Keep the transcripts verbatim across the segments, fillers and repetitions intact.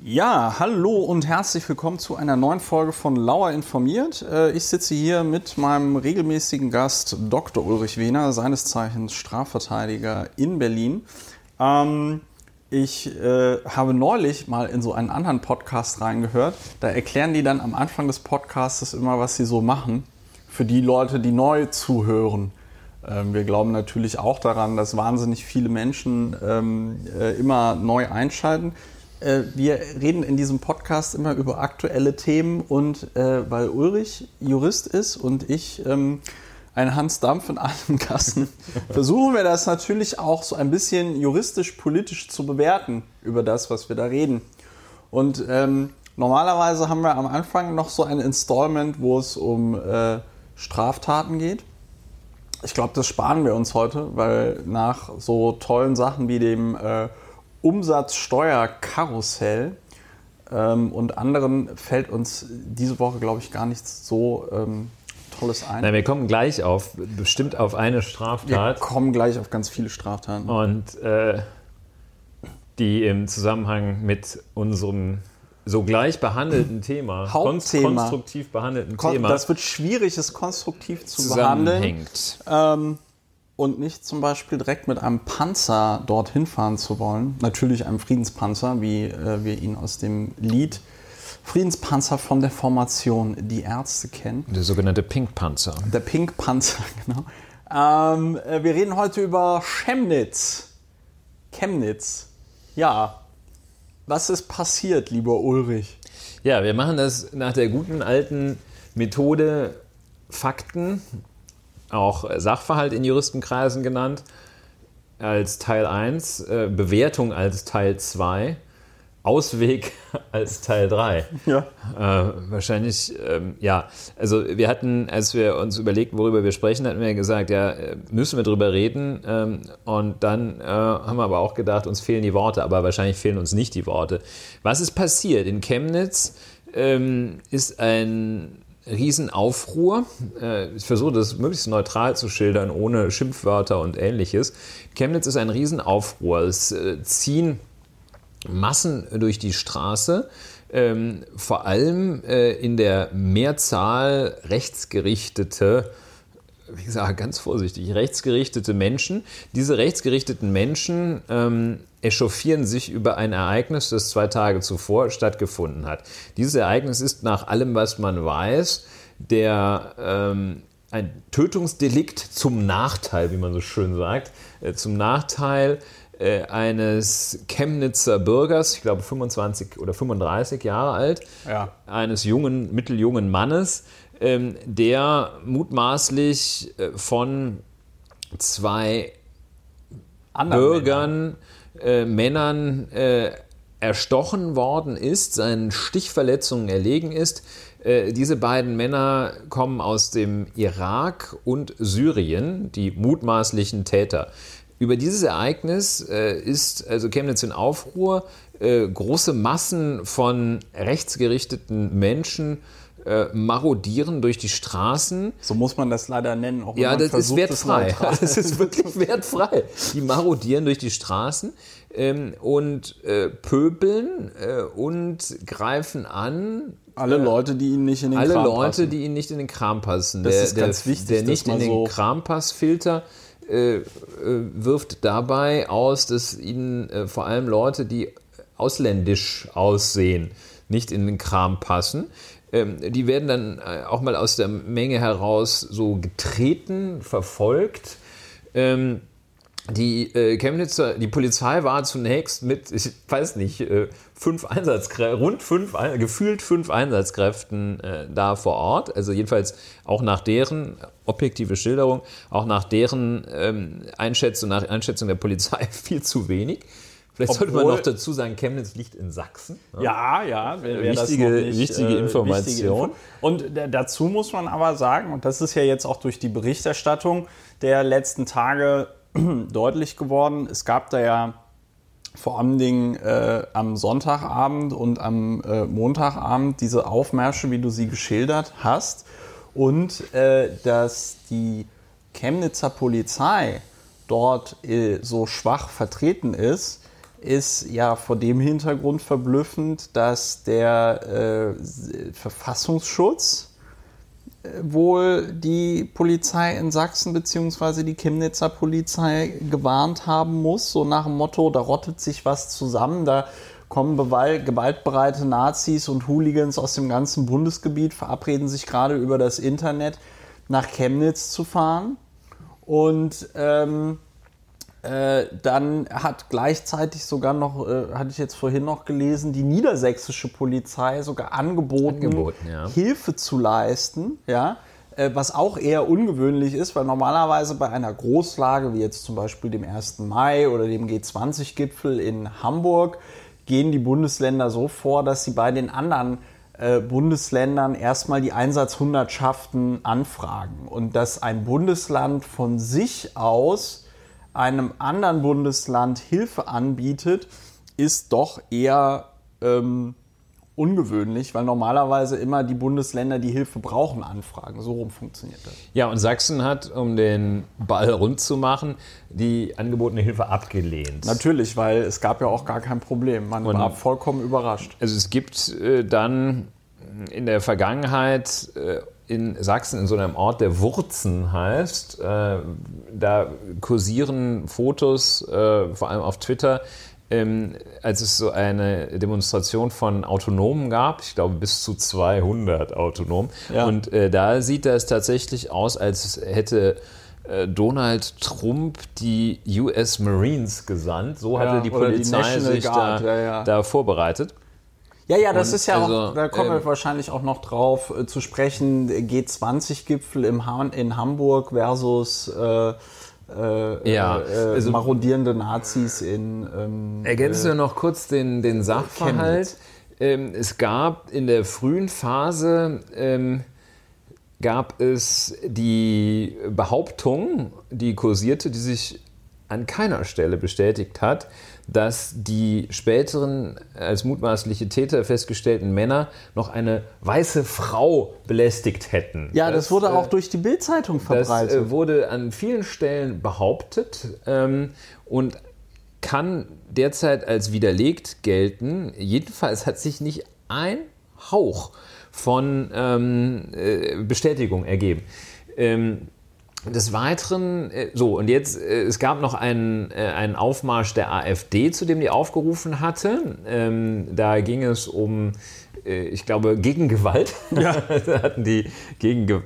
Ja, hallo und herzlich willkommen zu einer neuen Folge von Lauer informiert. Ich sitze hier mit meinem regelmäßigen Gast Doktor Ulrich Wehner, seines Zeichens Strafverteidiger in Berlin. Ich habe neulich mal in so einen anderen Podcast reingehört. Da erklären die dann am Anfang des Podcasts immer, was sie so machen, für die Leute, die neu zuhören. Wir glauben natürlich auch daran, dass wahnsinnig viele Menschen immer neu einschalten. Wir reden in diesem Podcast immer über aktuelle Themen und äh, weil Ulrich Jurist ist und ich ähm, ein Hans Dampf in einem Kasten, versuchen wir das natürlich auch so ein bisschen juristisch-politisch zu bewerten über das, was wir da reden. Und ähm, normalerweise haben wir am Anfang noch so ein Installment, wo es um äh, Straftaten geht. Ich glaube, das sparen wir uns heute, weil nach so tollen Sachen wie dem äh, Umsatzsteuerkarussell ähm, und anderen fällt uns diese Woche, glaube ich, gar nichts so ähm, Tolles ein. Nein, wir kommen gleich auf, bestimmt auf eine Straftat. Wir kommen gleich auf ganz viele Straftaten. Und äh, die im Zusammenhang mit unserem so gleich behandelten Thema, Hauptthema, konstruktiv behandelten Kon- Thema, das wird schwierig, es konstruktiv zu behandeln. Ähm, Und nicht zum Beispiel direkt mit einem Panzer dorthin fahren zu wollen. Natürlich einem Friedenspanzer, wie äh, wir ihn aus dem Lied Friedenspanzer von der Formation Die Ärzte kennen. Der sogenannte Pink Panzer. Der Pink Panzer, genau. Ähm, äh, wir reden heute über Chemnitz. Chemnitz. Ja. Was ist passiert, lieber Ulrich? Ja, wir machen das nach der guten alten Methode Fakten, auch Sachverhalt in Juristenkreisen genannt, als Teil eins, äh, Bewertung als Teil zwei, Ausweg als Teil drei. Ja. Äh, wahrscheinlich, ähm, ja. Also wir hatten, als wir uns überlegt, worüber wir sprechen, hatten wir gesagt, ja, müssen wir drüber reden. Ähm, und dann äh, haben wir aber auch gedacht, uns fehlen die Worte, aber wahrscheinlich fehlen uns nicht die Worte. Was ist passiert? In Chemnitz ähm, ist ein Riesenaufruhr. Ich versuche das möglichst neutral zu schildern, ohne Schimpfwörter und Ähnliches. Chemnitz ist ein Riesenaufruhr. Es ziehen Massen durch die Straße, vor allem in der Mehrzahl rechtsgerichtete, wie gesagt, ganz vorsichtig, rechtsgerichtete Menschen. Diese rechtsgerichteten Menschen ähm, echauffieren sich über ein Ereignis, das zwei Tage zuvor stattgefunden hat. Dieses Ereignis ist nach allem, was man weiß, der, ähm, ein Tötungsdelikt zum Nachteil, wie man so schön sagt, äh, zum Nachteil äh, eines Chemnitzer Bürgers, ich glaube fünfundzwanzig oder fünfunddreißig Jahre alt, ja. eines jungen, mitteljungen Mannes, ähm, der mutmaßlich äh, von zwei Andere Bürgern, Männer. Äh, Männern äh, erstochen worden ist, seinen Stichverletzungen erlegen ist. Äh, diese beiden Männer kommen aus dem Irak und Syrien, die mutmaßlichen Täter. Über dieses Ereignis äh, ist also Chemnitz in Aufruhr. Äh, große Massen von rechtsgerichteten Menschen äh, marodieren durch die Straßen. So muss man das leider nennen. Auch wenn ja, man das versucht, ist wertfrei. Das, das ist wirklich wertfrei. Die marodieren durch die Straßen ähm, und äh, pöbeln äh, und greifen an. Alle Leute, die ihnen nicht in den alle Kram Leute, passen. Alle Leute, die ihnen nicht in den Kram passen. Das der, ist ganz der, wichtig. Der nicht in den so Krampassfilter äh, äh, wirft dabei aus, dass ihnen äh, vor allem Leute, die ausländisch aussehen, nicht in den Kram passen. Ähm, die werden dann äh, auch mal aus der Menge heraus so getreten, verfolgt. Ähm, Die äh, Chemnitzer, die Polizei war zunächst mit, ich weiß nicht, äh, fünf Einsatzkräften, rund fünf, gefühlt fünf Einsatzkräften äh, da vor Ort. Also jedenfalls auch nach deren, objektive Schilderung, auch nach deren ähm, Einschätzung, nach Einschätzung der Polizei viel zu wenig. Vielleicht Obwohl, sollte man noch dazu sagen, Chemnitz liegt in Sachsen. Ja, ja, wer, wer wichtige, das noch nicht, wichtige äh, Information. Wichtige Info. Und d- dazu muss man aber sagen, und das ist ja jetzt auch durch die Berichterstattung der letzten Tage deutlich geworden, es gab da ja vor allen Dingen äh, am Sonntagabend und am äh, Montagabend diese Aufmärsche, wie du sie geschildert hast, und äh, dass die Chemnitzer Polizei dort äh, so schwach vertreten ist, ist ja vor dem Hintergrund verblüffend, dass der äh, Verfassungsschutz äh, wohl die Polizei in Sachsen bzw. die Chemnitzer Polizei gewarnt haben muss, so nach dem Motto, da rottet sich was zusammen, da kommen gewaltbereite Nazis und Hooligans aus dem ganzen Bundesgebiet, verabreden sich gerade über das Internet nach Chemnitz zu fahren. Und ähm, äh, dann hat gleichzeitig sogar noch, äh, hatte ich jetzt vorhin noch gelesen, die niedersächsische Polizei sogar angeboten, angeboten ja. Hilfe zu leisten, ja, äh, was auch eher ungewöhnlich ist, weil normalerweise bei einer Großlage, wie jetzt zum Beispiel dem ersten Mai oder dem G zwanzig Gipfel in Hamburg, gehen die Bundesländer so vor, dass sie bei den anderen äh, Bundesländern erstmal die Einsatzhundertschaften anfragen und dass ein Bundesland von sich aus einem anderen Bundesland Hilfe anbietet, ist doch eher ähm, ungewöhnlich, weil normalerweise immer die Bundesländer, die Hilfe brauchen, anfragen. So rum funktioniert das. Ja, und Sachsen hat, um den Ball rund zu machen, die angebotene Hilfe abgelehnt. Natürlich, weil es gab ja auch gar kein Problem. Man und war vollkommen überrascht. Also es gibt äh, dann in der Vergangenheit äh, in Sachsen, in so einem Ort, der Wurzen heißt, äh, da kursieren Fotos, äh, vor allem auf Twitter, Ähm, als es so eine Demonstration von Autonomen gab, ich glaube bis zu zweihundert Autonomen, ja. und äh, da sieht das tatsächlich aus, als hätte äh, Donald Trump die U S Marines gesandt, so hatte ja, die die Polizei sich Guard, da, ja, ja. da vorbereitet. Ja, ja, das und ist ja also, auch, da kommen ähm, wir wahrscheinlich auch noch drauf äh, zu sprechen, G zwanzig Gipfel im ha- in Hamburg versus äh, Äh, ja, äh, also, marodierende Nazis in ähm, ergänzen wir noch kurz den, den Sachverhalt. Ähm, es gab in der frühen Phase ähm, gab es die Behauptung, die kursierte, die sich an keiner Stelle bestätigt hat, dass die späteren als mutmaßliche Täter festgestellten Männer noch eine weiße Frau belästigt hätten. Ja, das, das wurde äh, auch durch die Bild-Zeitung verbreitet. Das äh, wurde an vielen Stellen behauptet ähm, und kann derzeit als widerlegt gelten. Jedenfalls hat sich nicht ein Hauch von ähm, äh, Bestätigung ergeben. Ähm, Des Weiteren, so, und jetzt, es gab noch einen, einen Aufmarsch der AfD, zu dem die aufgerufen hatte. Ähm, da ging es um, ich glaube, Gegengewalt. Ja. Da hatten die Gegengewalt,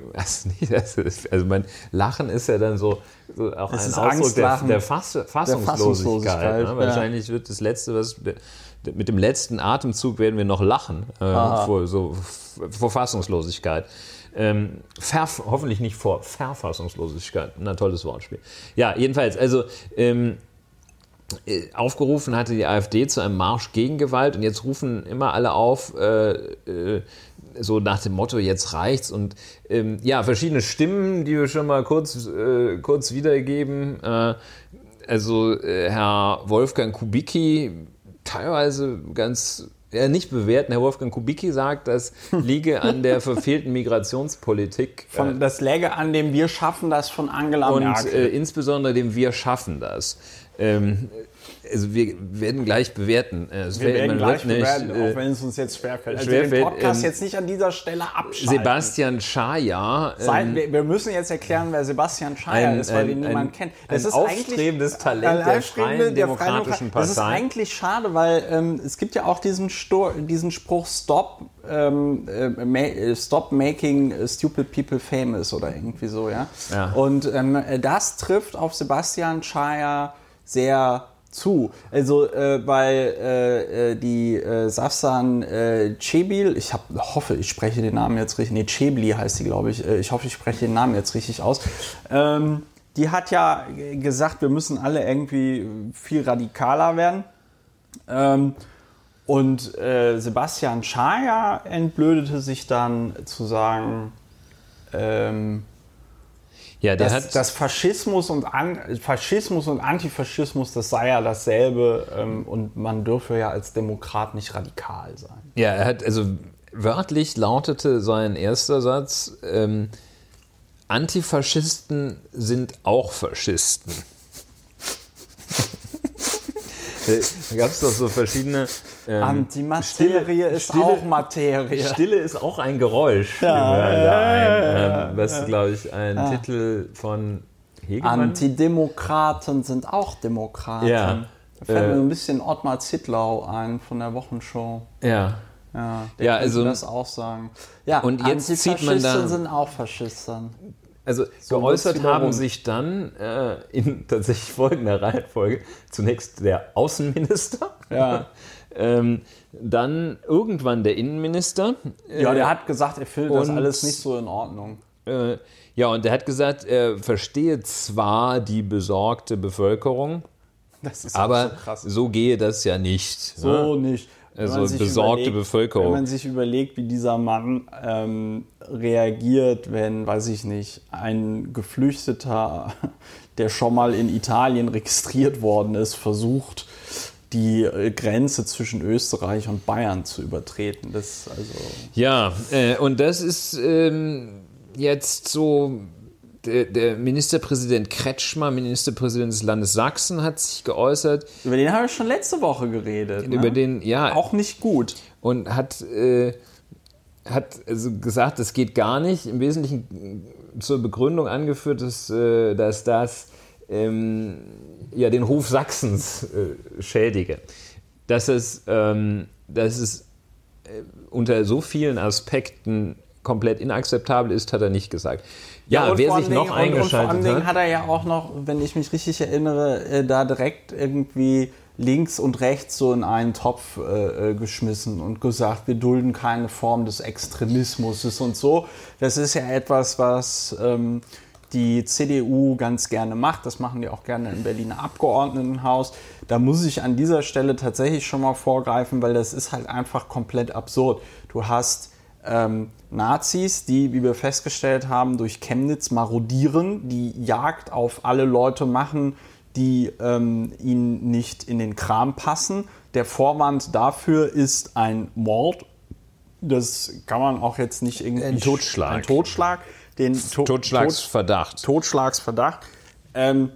also mein Lachen ist ja dann so, so auch das ein ist Ausdruck der, der, Fass, der Fassungslosigkeit. Fassungslosigkeit Ne? ja. Wahrscheinlich wird das Letzte, was... Mit dem letzten Atemzug werden wir noch lachen, äh, vor, so, vor Fassungslosigkeit. Ähm, verf- hoffentlich nicht vor Verfassungslosigkeit. Na, tolles Wortspiel. Ja, jedenfalls, also ähm, äh, aufgerufen hatte die AfD zu einem Marsch gegen Gewalt und jetzt rufen immer alle auf, äh, äh, so nach dem Motto, jetzt reicht's. Und ähm, ja, verschiedene Stimmen, die wir schon mal kurz, äh, kurz wiedergeben. Äh, also äh, Herr Wolfgang Kubicki, teilweise ganz... Ja, nicht bewerten. Herr Wolfgang Kubicki sagt, das liege an der verfehlten Migrationspolitik. Von, das läge an dem Wir schaffen das von Angela und, Merkel. Und äh, insbesondere dem Wir schaffen das. Ähm, also wir werden gleich bewerten. Es wir werden gleich nicht, bewerten, äh, auch wenn es uns jetzt schwerfällt. Also schwerfällt, den Podcast ähm, jetzt nicht an dieser Stelle abschalten. Sebastian Schaja. Ähm, wir, wir müssen jetzt erklären, wer Sebastian Schaja ein, ist, weil ein, den niemand ein, kennt. Das ein ist aufstrebendes Talent der Freien Demokratischen Partei. Das ist eigentlich schade, weil ähm, es gibt ja auch diesen, Sto- diesen Spruch Stop, ähm, äh, Stop making stupid people famous oder irgendwie so, ja. ja. Und ähm, das trifft auf Sebastian Schaja sehr zu. Also äh, weil äh, die äh, Safsan äh, Cebil, ich hab, hoffe, ich spreche den Namen jetzt richtig, nee, Cebli heißt die, glaube ich, ich hoffe, ich spreche den Namen jetzt richtig aus, ähm, die hat ja gesagt, wir müssen alle irgendwie viel radikaler werden. Ähm, und äh, Sebastian Schaja entblödete sich dann zu sagen, ähm, Ja, der das, hat das Faschismus und, An, Faschismus und Antifaschismus, das sei ja dasselbe ähm, und man dürfe ja als Demokrat nicht radikal sein. Ja, er hat, also wörtlich lautete sein erster Satz, ähm, Antifaschisten sind auch Faschisten. Da gab es doch so verschiedene... Ähm, Antimaterie Stille, ist Stille, auch Materie. Stille ist auch ein Geräusch. Ja, ja, ja, ein, ähm, was, ja. glaube ich, ein ja. Titel von Hegemann. Antidemokraten sind auch Demokraten. Ja. Da fällt äh, mir ein bisschen Ottmar Zittlau ein von der Wochenshow. Ja. Ja, der ja, könnte also, das auch sagen. Ja, und jetzt zieht man da, sind auch Faschisten. Also so geäußert haben sich dann äh, in tatsächlich folgender Reihenfolge zunächst der Außenminister, ja. ähm, dann irgendwann der Innenminister. Äh, ja, der hat gesagt, er findet das alles nicht so in Ordnung. Äh, ja, und der hat gesagt, er verstehe zwar die besorgte Bevölkerung, das ist aber so, krass. so gehe das ja nicht. So ne? nicht. Also besorgte überlegt, Bevölkerung. Wenn man sich überlegt, wie dieser Mann ähm, reagiert, wenn, weiß ich nicht, ein Geflüchteter, der schon mal in Italien registriert worden ist, versucht, die Grenze zwischen Österreich und Bayern zu übertreten. Das also ja, äh, und das ist ähm, jetzt so... Der, der Ministerpräsident Kretschmer, Ministerpräsident des Landes Sachsen, hat sich geäußert. Über den habe ich schon letzte Woche geredet. Über ne? den, ja. Auch nicht gut. Und hat, äh, hat also gesagt, das geht gar nicht. Im Wesentlichen zur Begründung angeführt, dass, äh, dass das ähm, ja, den Hof Sachsens äh, schädige. Dass es, ähm, dass es äh, unter so vielen Aspekten komplett inakzeptabel ist, hat er nicht gesagt. Ja, ja wer sich noch Dingen, eingeschaltet und, und vor allen Dingen hat, hat er ja auch noch, wenn ich mich richtig erinnere, äh, da direkt irgendwie links und rechts so in einen Topf äh, geschmissen und gesagt, wir dulden keine Form des Extremismus und so. Das ist ja etwas, was ähm, die C D U ganz gerne macht. Das machen die auch gerne im Berliner Abgeordnetenhaus. Da muss ich an dieser Stelle tatsächlich schon mal vorgreifen, weil das ist halt einfach komplett absurd. Du hast Ähm, Nazis, die, wie wir festgestellt haben, durch Chemnitz marodieren, die Jagd auf alle Leute machen, die ähm, ihnen nicht in den Kram passen. Der Vorwand dafür ist ein Mord. Das kann man auch jetzt nicht irgendwie... Ein Totschlag. Ein Totschlag. Den to- Totschlagsverdacht. Totschlagsverdacht. Ähm,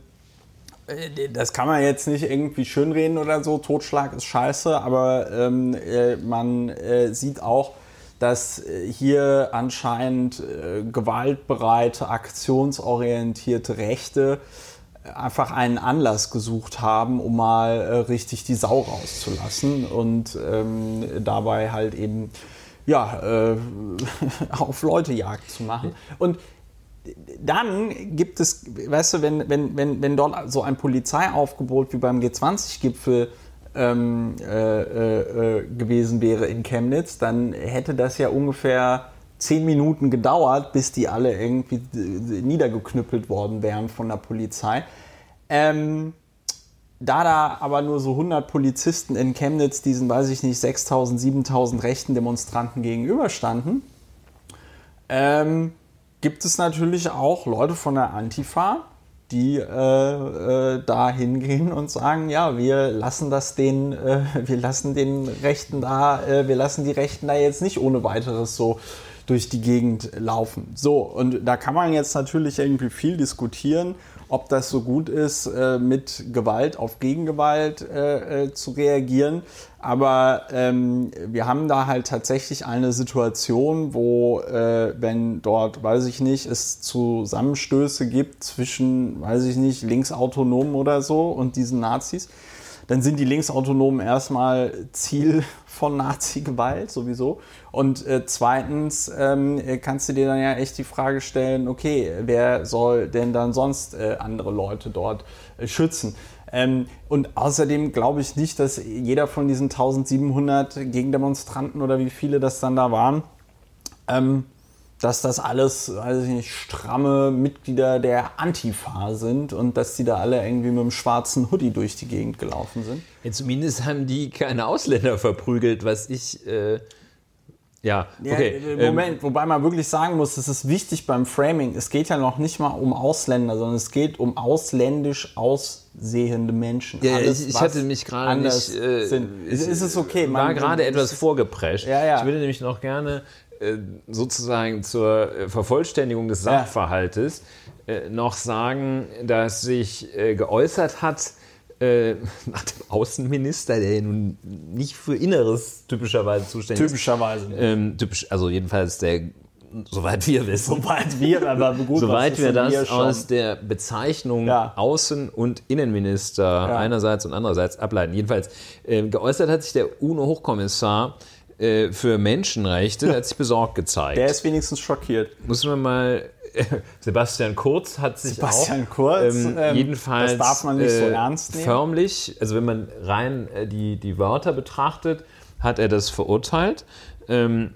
das kann man jetzt nicht irgendwie schönreden oder so. Totschlag ist scheiße, aber ähm, äh, man äh, sieht auch, dass hier anscheinend äh, gewaltbereite, aktionsorientierte Rechte einfach einen Anlass gesucht haben, um mal äh, richtig die Sau rauszulassen und ähm, dabei halt eben ja, äh, auf Leutejagd zu machen. Und dann gibt es, weißt du, wenn, wenn, wenn, wenn dort so ein Polizeiaufgebot wie beim G zwanzig-Gipfel Ähm, äh, äh, gewesen wäre in Chemnitz, dann hätte das ja ungefähr zehn Minuten gedauert, bis die alle irgendwie niedergeknüppelt worden wären von der Polizei. Ähm, da da aber nur so hundert Polizisten in Chemnitz diesen, weiß ich nicht, sechstausend, siebentausend rechten Demonstranten gegenüberstanden, ähm, gibt es natürlich auch Leute von der Antifa, die äh, äh, da hingehen und sagen, ja, wir lassen das den, äh, wir lassen den Rechten da, äh, wir lassen die Rechten da jetzt nicht ohne weiteres so durch die Gegend laufen. So, und da kann man jetzt natürlich irgendwie viel diskutieren, ob das so gut ist, äh, mit Gewalt auf Gegengewalt äh, äh, zu reagieren. Aber ähm, wir haben da halt tatsächlich eine Situation, wo, äh, wenn dort, weiß ich nicht, es Zusammenstöße gibt zwischen, weiß ich nicht, Linksautonomen oder so und diesen Nazis, dann sind die Linksautonomen erstmal Ziel von Nazi-Gewalt sowieso. Und äh, zweitens ähm, kannst du dir dann ja echt die Frage stellen, okay, wer soll denn dann sonst äh, andere Leute dort äh, schützen? Ähm, und außerdem glaube ich nicht, dass jeder von diesen eintausendsiebenhundert Gegendemonstranten oder wie viele das dann da waren, ähm, dass das alles, weiß ich nicht, stramme Mitglieder der Antifa sind und dass die da alle irgendwie mit einem schwarzen Hoodie durch die Gegend gelaufen sind. Ja, zumindest haben die keine Ausländer verprügelt, was ich... Äh Ja, okay. Ja, Moment, ähm, wobei man wirklich sagen muss, das ist wichtig beim Framing. Es geht ja noch nicht mal um Ausländer, sondern es geht um ausländisch aussehende Menschen. Ja, Alles, ich, ich hatte mich gerade nicht... Äh, sind. Ist, ist es okay? Man war gerade etwas vorgeprescht. Ja, ja. Ich würde nämlich noch gerne äh, sozusagen zur Vervollständigung des Sachverhaltes ja. äh, noch sagen, dass sich äh, geäußert hat äh, nach dem Außenminister, der nun nicht für Inneres typischerweise zuständig Typischerweise. ist. Ähm, typisch, also jedenfalls der, soweit wir wissen. Soweit wir, aber gut. Soweit wir das wir aus der Bezeichnung ja. Außen- und Innenminister ja. einerseits und andererseits ableiten. Jedenfalls äh, geäußert hat sich der UNO-Hochkommissar äh, für Menschenrechte, der hat sich besorgt gezeigt. Der ist wenigstens schockiert. Muss man mal... Sebastian Kurz hat sich Sebastian auch Kurz, ähm, ähm, jedenfalls das darf man nicht so äh, ernst nehmen. förmlich, also wenn man rein äh, die, die Wörter betrachtet, hat er das verurteilt. Ähm,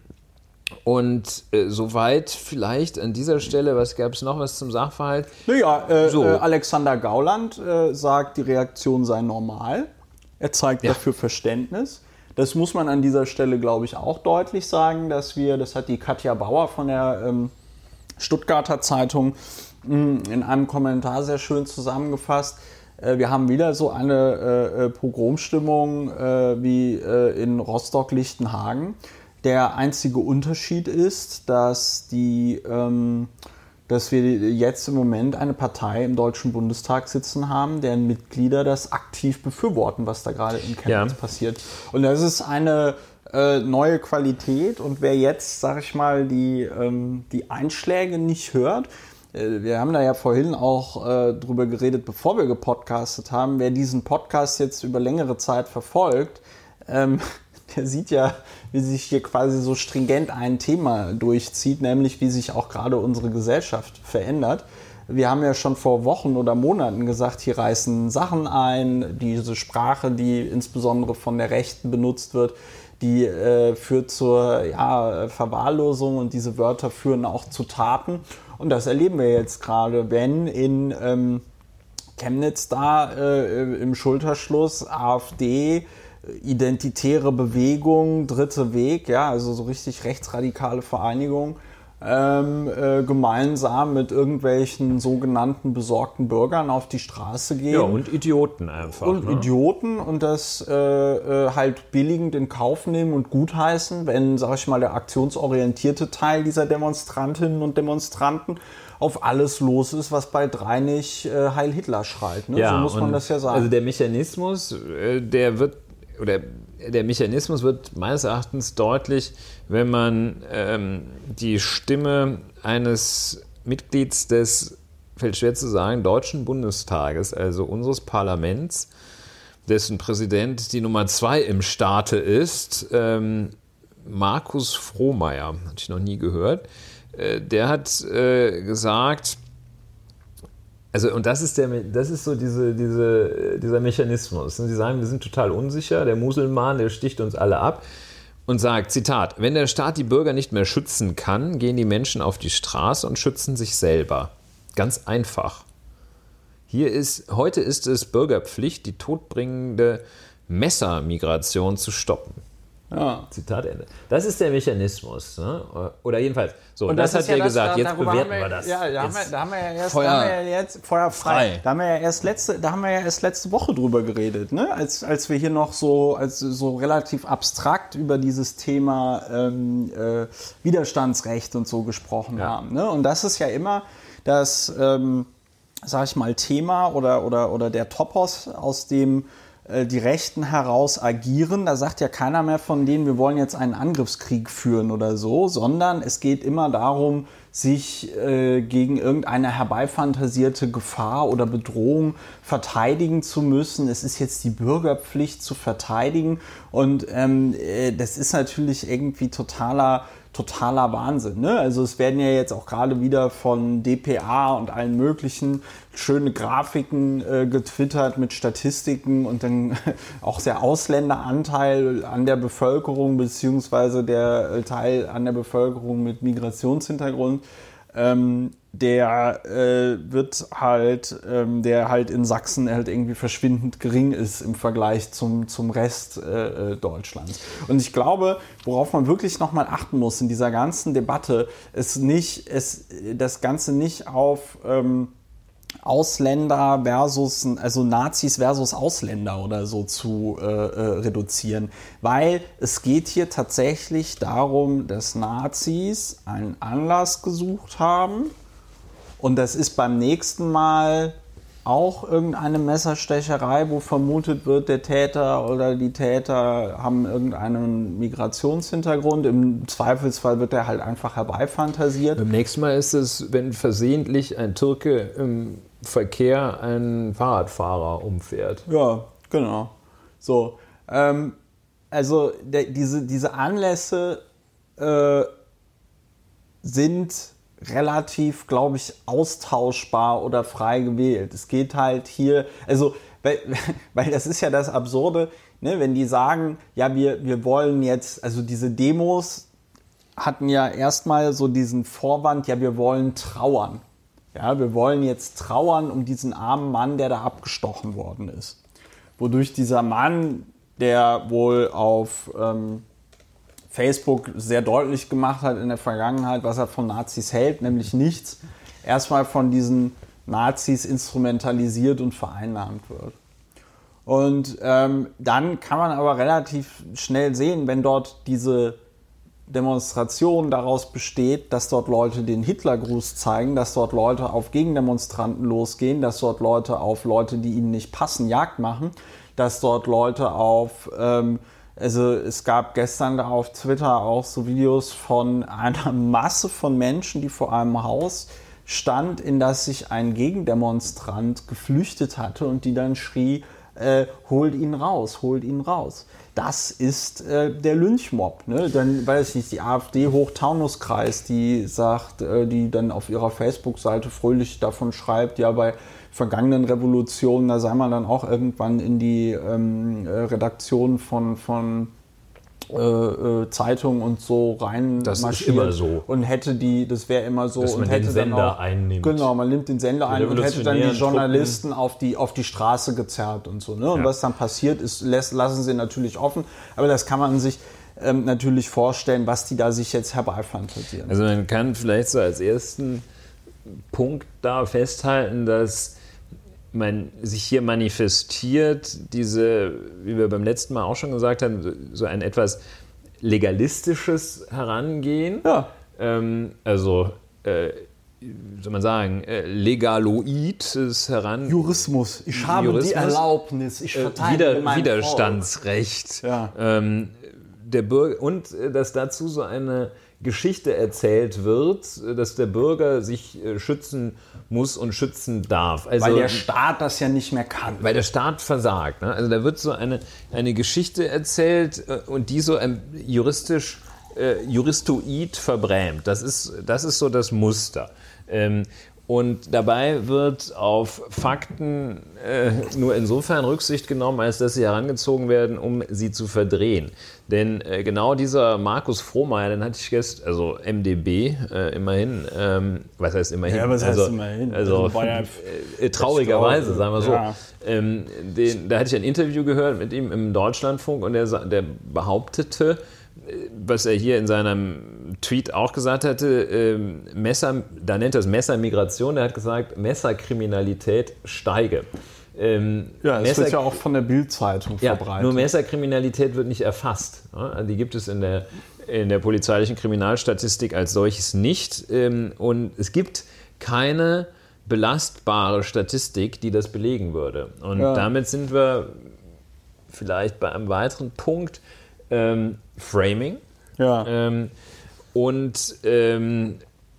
und äh, soweit vielleicht an dieser Stelle, was gab es noch was zum Sachverhalt? Naja, äh, So. äh, Alexander Gauland äh, sagt, die Reaktion sei normal. Er zeigt Ja. dafür Verständnis. Das muss man an dieser Stelle, glaube ich, auch deutlich sagen, dass wir, das hat die Katja Bauer von der ähm, Stuttgarter Zeitung mh, in einem Kommentar sehr schön zusammengefasst. Äh, wir haben wieder so eine äh, Pogromstimmung äh, wie äh, in Rostock-Lichtenhagen. Der einzige Unterschied ist, dass, die, ähm, dass wir jetzt im Moment eine Partei im Deutschen Bundestag sitzen haben, deren Mitglieder das aktiv befürworten, was da gerade in Chemnitz Ja. passiert. Und das ist eine äh, neue Qualität. Und wer jetzt, sag ich mal, die, ähm, die Einschläge nicht hört, äh, wir haben da ja vorhin auch äh, drüber geredet, bevor wir gepodcastet haben, wer diesen Podcast jetzt über längere Zeit verfolgt, ähm, der sieht ja, wie sich hier quasi so stringent ein Thema durchzieht, nämlich wie sich auch gerade unsere Gesellschaft verändert. Wir haben ja schon vor Wochen oder Monaten gesagt, hier reißen Sachen ein, diese Sprache, die insbesondere von der Rechten benutzt wird, die äh, führt zur ja, Verwahrlosung und diese Wörter führen auch zu Taten. Und das erleben wir jetzt gerade, wenn in ähm, Chemnitz da äh, im Schulterschluss AfD, identitäre Bewegung, dritte Weg, ja, also so richtig rechtsradikale Vereinigung, ähm, äh, gemeinsam mit irgendwelchen sogenannten besorgten Bürgern auf die Straße gehen. Ja, und Idioten einfach. Und ne? Idioten und das äh, äh, halt billigend in Kauf nehmen und gutheißen, wenn, sag ich mal, der aktionsorientierte Teil dieser Demonstrantinnen und Demonstranten auf alles los ist, was bei drei nicht äh, Heil Hitler schreit. Ne? Ja, so muss man und das ja sagen. Also der Mechanismus, äh, der wird, oder der Mechanismus wird meines Erachtens deutlich, wenn man ähm, die Stimme eines Mitglieds des, fällt schwer zu sagen, Deutschen Bundestages, also unseres Parlaments, dessen Präsident die Nummer zwei im Staate ist, ähm, Markus Frohmeier, hatte ich noch nie gehört, äh, der hat äh, gesagt, also, und das ist, der, das ist so diese, diese, dieser Mechanismus. Sie sagen, wir sind total unsicher, der Muselmann, der sticht uns alle ab und sagt, Zitat, wenn der Staat die Bürger nicht mehr schützen kann, gehen die Menschen auf die Straße und schützen sich selber. Ganz einfach. Hier ist, heute ist es Bürgerpflicht, die todbringende Messermigration zu stoppen. Ja. Zitat Ende. Das ist der Mechanismus. Ne? Oder jedenfalls. So, Und das, das hat ist ja er das, gesagt. da- Jetzt darüber bewerten haben wir das. Ja, da haben, Jetzt. wir, da haben wir ja erst, Feuer- da haben wir ja jetzt Feuer frei. frei. Da haben wir ja erst letzte, da haben wir ja erst letzte Woche drüber geredet, ne? Als, als wir hier noch so, als so relativ abstrakt über dieses Thema ähm, äh, Widerstandsrecht und so gesprochen Ja. haben. Ne? Und das ist ja immer das, ähm, sag ich mal, Thema oder, oder, oder der Topos, aus dem die Rechten heraus agieren. Da sagt ja keiner mehr von denen, wir wollen jetzt einen Angriffskrieg führen oder so, sondern es geht immer darum, sich äh, gegen irgendeine herbeifantasierte Gefahr oder Bedrohung verteidigen zu müssen. Es ist jetzt die Bürgerpflicht zu verteidigen und ähm, äh, das ist natürlich irgendwie totaler totaler Wahnsinn. Ne? Also es werden ja jetzt auch gerade wieder von D P A und allen möglichen schöne Grafiken äh, getwittert mit Statistiken und dann auch der Ausländeranteil an der Bevölkerung beziehungsweise der äh, Teil an der Bevölkerung mit Migrationshintergrund. Ähm, der äh, wird halt, ähm, der halt in Sachsen halt irgendwie verschwindend gering ist im Vergleich zum, zum Rest äh, Deutschlands. Und ich glaube, worauf man wirklich nochmal achten muss in dieser ganzen Debatte, ist nicht, ist das Ganze nicht auf ähm, Ausländer versus, also Nazis versus Ausländer oder so zu äh, äh, reduzieren. Weil es geht hier tatsächlich darum, dass Nazis einen Anlass gesucht haben und das ist beim nächsten Mal auch irgendeine Messerstecherei, wo vermutet wird, der Täter oder die Täter haben irgendeinen Migrationshintergrund. Im Zweifelsfall wird der halt einfach herbeifantasiert. Beim nächsten Mal ist es, wenn versehentlich ein Türke im Verkehr einen Fahrradfahrer umfährt. Ja, genau. So, ähm, also der, diese, diese Anlässe äh, sind relativ, glaube ich, austauschbar oder frei gewählt. Es geht halt hier, also, weil, weil das ist ja das Absurde, ne, wenn die sagen, ja, wir, wir wollen jetzt, also diese Demos hatten ja erstmal so diesen Vorwand, ja, wir wollen trauern. Ja, wir wollen jetzt trauern um diesen armen Mann, der da abgestochen worden ist. Wodurch dieser Mann, der wohl auf ähm, Facebook sehr deutlich gemacht hat in der Vergangenheit, was er von Nazis hält, nämlich nichts, erstmal von diesen Nazis instrumentalisiert und vereinnahmt wird. Und ähm, dann kann man aber relativ schnell sehen, wenn dort diese Demonstration daraus besteht, dass dort Leute den Hitlergruß zeigen, dass dort Leute auf Gegendemonstranten losgehen, dass dort Leute auf Leute, die ihnen nicht passen, Jagd machen, dass dort Leute auf... Ähm, Also es gab gestern da auf Twitter auch so Videos von einer Masse von Menschen, die vor einem Haus stand, in das sich ein Gegendemonstrant geflüchtet hatte und die dann schrie, äh, holt ihn raus, holt ihn raus. Das ist äh, der Lynchmob. Ne? Dann weiß ich nicht, die AfD Hochtaunuskreis, die sagt, äh, die dann auf ihrer Facebook-Seite fröhlich davon schreibt, ja, bei vergangenen Revolutionen, da sei man dann auch irgendwann in die ähm, Redaktion von, von äh, äh, Zeitungen und so rein das marschiert. Ist immer so. Und hätte die, das wäre immer so. Dass und man hätte den Sender dann auch, einnimmt. Genau, man nimmt den Sender die ein und hätte dann die Journalisten Truppen. auf die, auf die Straße gezerrt und so. Ne? Und ja. was dann passiert ist, lässt, lassen sie natürlich offen. Aber das kann man sich ähm, natürlich vorstellen, was die da sich jetzt herbeifantasieren. Also man kann vielleicht so als ersten Punkt da festhalten, dass man sich hier manifestiert, diese, wie wir beim letzten Mal auch schon gesagt haben, so ein etwas legalistisches Herangehen. Ja. Ähm, also, äh, wie soll man sagen, äh, legaloides Herangehen. Jurismus. Ich habe Jurismus. die Erlaubnis. Ich verteidige äh, Wider, mein Widerstandsrecht. Ja. Ähm, der Bürger, und äh, dass dazu so eine Geschichte erzählt wird, dass der Bürger sich äh, schützen muss und schützen darf. Also, weil der Staat das ja nicht mehr kann. Weil der Staat versagt. Ne? Also da wird so eine, eine Geschichte erzählt äh, und die so ähm, juristisch, äh, juristoid verbrämt. Das ist, das ist so das Muster. Ähm, und dabei wird auf Fakten äh, nur insofern Rücksicht genommen, als dass sie herangezogen werden, um sie zu verdrehen. Denn äh, genau dieser Markus Frohmeier, den hatte ich gestern, also M D B äh, immerhin, ähm, was heißt immerhin? Ja, was heißt also, immerhin? Also, also ja äh, traurigerweise, sagen wir so. Ja. Ähm, den, da hatte ich ein Interview gehört mit ihm im Deutschlandfunk und der, der behauptete, was er hier in seinem Tweet auch gesagt hatte, ähm, Messer, da nennt er es Messermigration, er hat gesagt, Messerkriminalität steige. Ähm, ja, das Messer, wird ja auch von der Bild-Zeitung ja, verbreitet. Nur Messerkriminalität wird nicht erfasst. Also die gibt es in der, in der polizeilichen Kriminalstatistik als solches nicht. Ähm, und es gibt keine belastbare Statistik, die das belegen würde. Und ja. damit sind wir vielleicht bei einem weiteren Punkt, ähm, Framing ja. ähm, und ähm,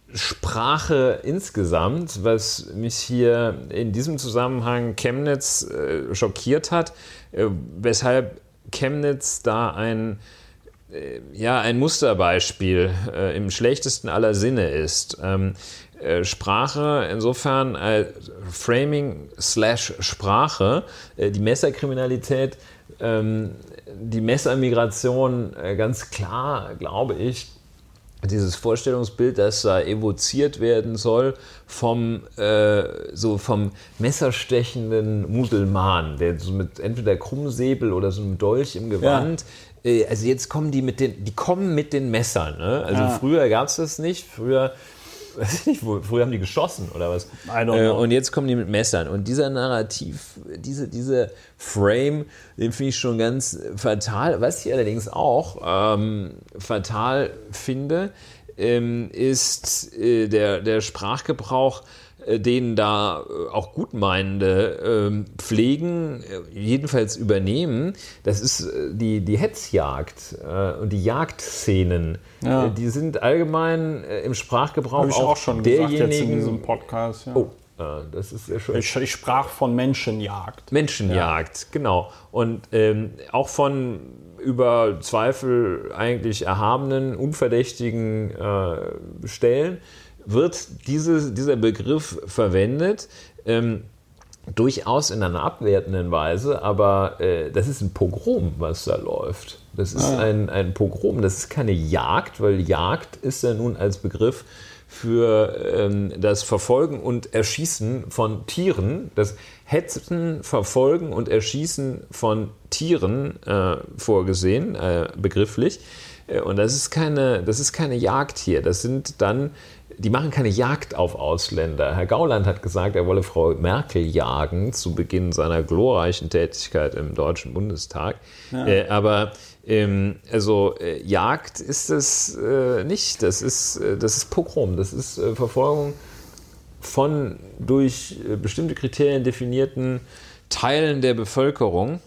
Sprache insgesamt, was mich hier in diesem Zusammenhang Chemnitz äh, schockiert hat, äh, weshalb Chemnitz da ein, äh, ja, ein Musterbeispiel äh, im schlechtesten aller Sinne ist. Ähm, äh, Sprache insofern äh, Framing slash Sprache, äh, die Messerkriminalität, ähm, die Messermigration, äh, ganz klar, glaube ich, dieses Vorstellungsbild, das da evoziert werden soll vom, äh, so vom messerstechenden Muselmann, der so mit entweder Krummsäbel oder so einem Dolch im Gewand, ja. äh, also jetzt kommen die mit den, die kommen mit den Messern. Ne? Also ja. früher gab es das nicht, früher, weiß ich nicht, wo, früher haben die geschossen oder was. I don't know. Äh, und jetzt kommen die mit Messern. Und dieser Narrativ, diese, diese Frame, den finde ich schon ganz fatal. Was ich allerdings auch ähm, fatal finde, ähm, ist äh, der, der Sprachgebrauch äh, den da äh, auch Gutmeinende äh, pflegen, äh, jedenfalls übernehmen. Das ist äh, die, die Hetzjagd äh, und die Jagdszenen. Ja. Äh, die sind allgemein äh, im Sprachgebrauch Hab ich auch, auch schon derjenigen, gesagt jetzt in diesem Podcast. Ja. Oh. Das ist sehr schön. Ich, ich sprach von Menschenjagd. Menschenjagd, ja. Genau. Und ähm, auch von über Zweifel eigentlich erhabenen, unverdächtigen äh, Stellen wird diese, dieser Begriff verwendet. Ähm, durchaus in einer abwertenden Weise, aber äh, das ist ein Pogrom, was da läuft. Das ist ja. ein, ein Pogrom, das ist keine Jagd, weil Jagd ist ja nun als Begriff für ähm, das Verfolgen und Erschießen von Tieren, das Hetzen, Verfolgen und Erschießen von Tieren äh, vorgesehen, äh, begrifflich. Äh, und das ist keine, das ist keine Jagd hier. Das sind dann, die machen keine Jagd auf Ausländer. Herr Gauland hat gesagt, er wolle Frau Merkel jagen zu Beginn seiner glorreichen Tätigkeit im Deutschen Bundestag. Ja. Äh, aber Ähm, also äh, Jagd ist es äh, nicht, das ist, äh, das ist Pogrom, das ist äh, Verfolgung von durch äh, bestimmte Kriterien definierten Teilen der Bevölkerung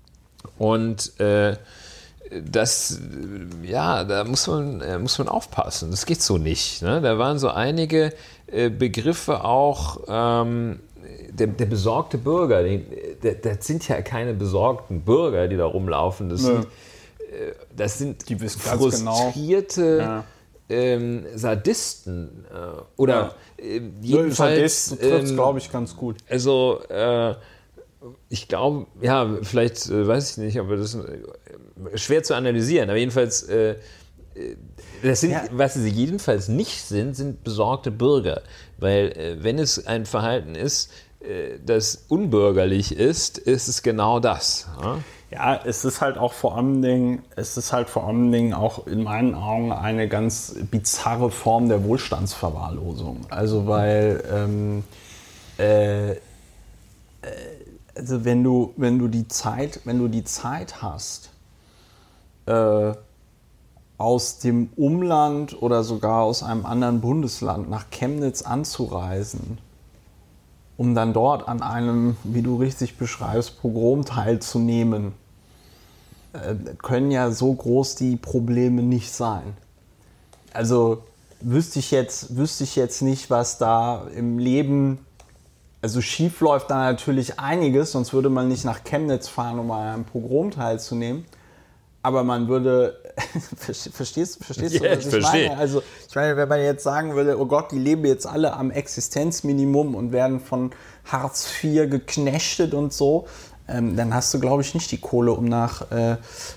und äh, das, ja, da muss man, äh, muss man aufpassen, das geht so nicht. Ne? Da waren so einige äh, Begriffe auch, ähm, Der, der besorgte Bürger, das sind ja keine besorgten Bürger, die da rumlaufen, das Nö. sind Das sind die frustrierte genau. ja. ähm, Sadisten äh, oder ja. äh, jedenfalls Sadist, du triffst, ähm, glaube ich, ganz gut. Also äh, ich glaube, ja, vielleicht äh, weiß ich nicht, aber das ist äh, schwer zu analysieren. Aber jedenfalls, äh, das sind, ja. was sie jedenfalls nicht sind, sind besorgte Bürger, weil äh, wenn es ein Verhalten ist, äh, das unbürgerlich ist, ist es genau das. Ja? Ja, es ist halt auch vor allen Dingen, es ist halt vor allen Dingen auch in meinen Augen eine ganz bizarre Form der Wohlstandsverwahrlosung. Also weil, ähm, äh, äh, also wenn du, wenn du die Zeit, wenn du die Zeit hast, äh, aus dem Umland oder sogar aus einem anderen Bundesland nach Chemnitz anzureisen, um dann dort an einem, wie du richtig beschreibst, Pogrom teilzunehmen, äh, können ja so groß die Probleme nicht sein. Also wüsste ich jetzt, wüsste ich jetzt nicht, was da im Leben, also schief läuft da natürlich einiges, sonst würde man nicht nach Chemnitz fahren, um an einem Pogrom teilzunehmen. Aber man würde, verstehst, verstehst du, yeah, was ich verstehe. meine? Also ich meine, wenn man jetzt sagen würde, oh Gott, die leben jetzt alle am Existenzminimum und werden von Hartz vier geknechtet und so, ähm, dann hast du, glaube ich, nicht die Kohle, um nach äh,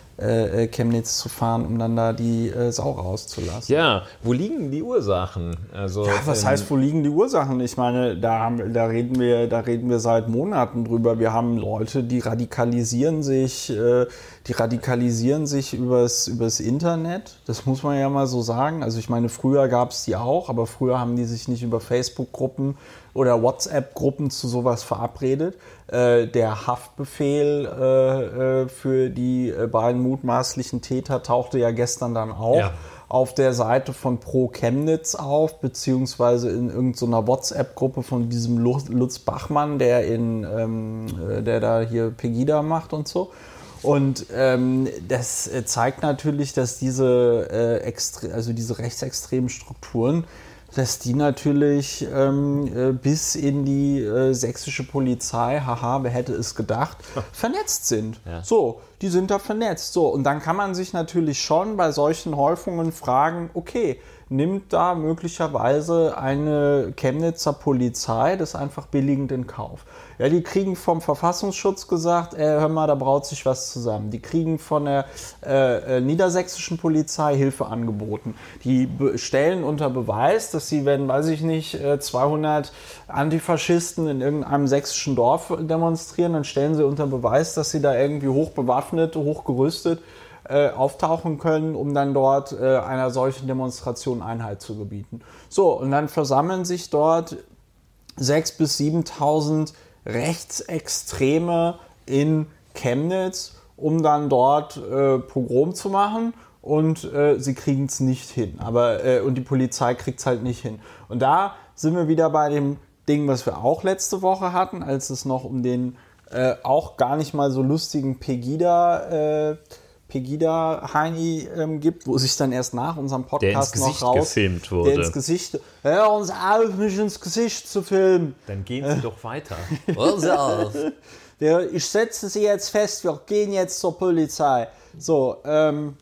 äh, Chemnitz zu fahren, um dann da die äh, Sau rauszulassen. Ja, wo liegen die Ursachen? Also, ja, was ähm, heißt, wo liegen die Ursachen? Ich meine, da, haben, da, reden wir, da reden wir seit Monaten drüber. Wir haben Leute, die radikalisieren sich, äh, die radikalisieren sich übers, übers Internet. Das muss man ja mal so sagen. Also ich meine, früher gab es die auch, aber früher haben die sich nicht über Facebook-Gruppen oder WhatsApp-Gruppen zu sowas verabredet. Äh, der Haftbefehl äh, für die äh, beiden mutmaßlichen Täter tauchte ja gestern dann auch ja. auf der Seite von Pro Chemnitz auf, beziehungsweise in irgendeiner WhatsApp-Gruppe von diesem Lutz Bachmann, der in, ähm, der da hier Pegida macht und so. Und ähm, das zeigt natürlich, dass diese, äh, extre- also diese rechtsextremen Strukturen, dass die natürlich ähm, bis in die äh, sächsische Polizei, haha, wer hätte es gedacht, vernetzt sind. Ja. So, die sind da vernetzt. So, und dann kann man sich natürlich schon bei solchen Häufungen fragen, okay, nimmt da möglicherweise eine Chemnitzer Polizei das einfach billigend in Kauf? Ja, die kriegen vom Verfassungsschutz gesagt, äh, hör mal, da braut sich was zusammen. Die kriegen von der äh, äh, niedersächsischen Polizei Hilfe angeboten. Die be- stellen unter Beweis, dass sie, wenn, weiß ich nicht, äh, zweihundert Antifaschisten in irgendeinem sächsischen Dorf demonstrieren, dann stellen sie unter Beweis, dass sie da irgendwie hochbewaffnet, hochgerüstet äh, auftauchen können, um dann dort äh, einer solchen Demonstration Einhalt zu gebieten. So, und dann versammeln sich dort sechstausend bis siebentausend Rechtsextreme in Chemnitz, um dann dort äh, Pogrom zu machen, und äh, sie kriegen es nicht hin. Aber, äh, und die Polizei kriegt es halt nicht hin. Und da sind wir wieder bei dem Ding, was wir auch letzte Woche hatten, als es noch um den äh, auch gar nicht mal so lustigen Pegida, äh, Pegida-Heini ähm, gibt, wo sich dann erst nach unserem Podcast der ins noch raus... gefilmt wurde. Der ins Gesicht... Hör uns auf, mich ins Gesicht zu filmen. Dann gehen Sie äh. doch weiter. Hören Sie auf. Der, ich setze Sie jetzt fest, wir gehen jetzt zur Polizei. So, ähm...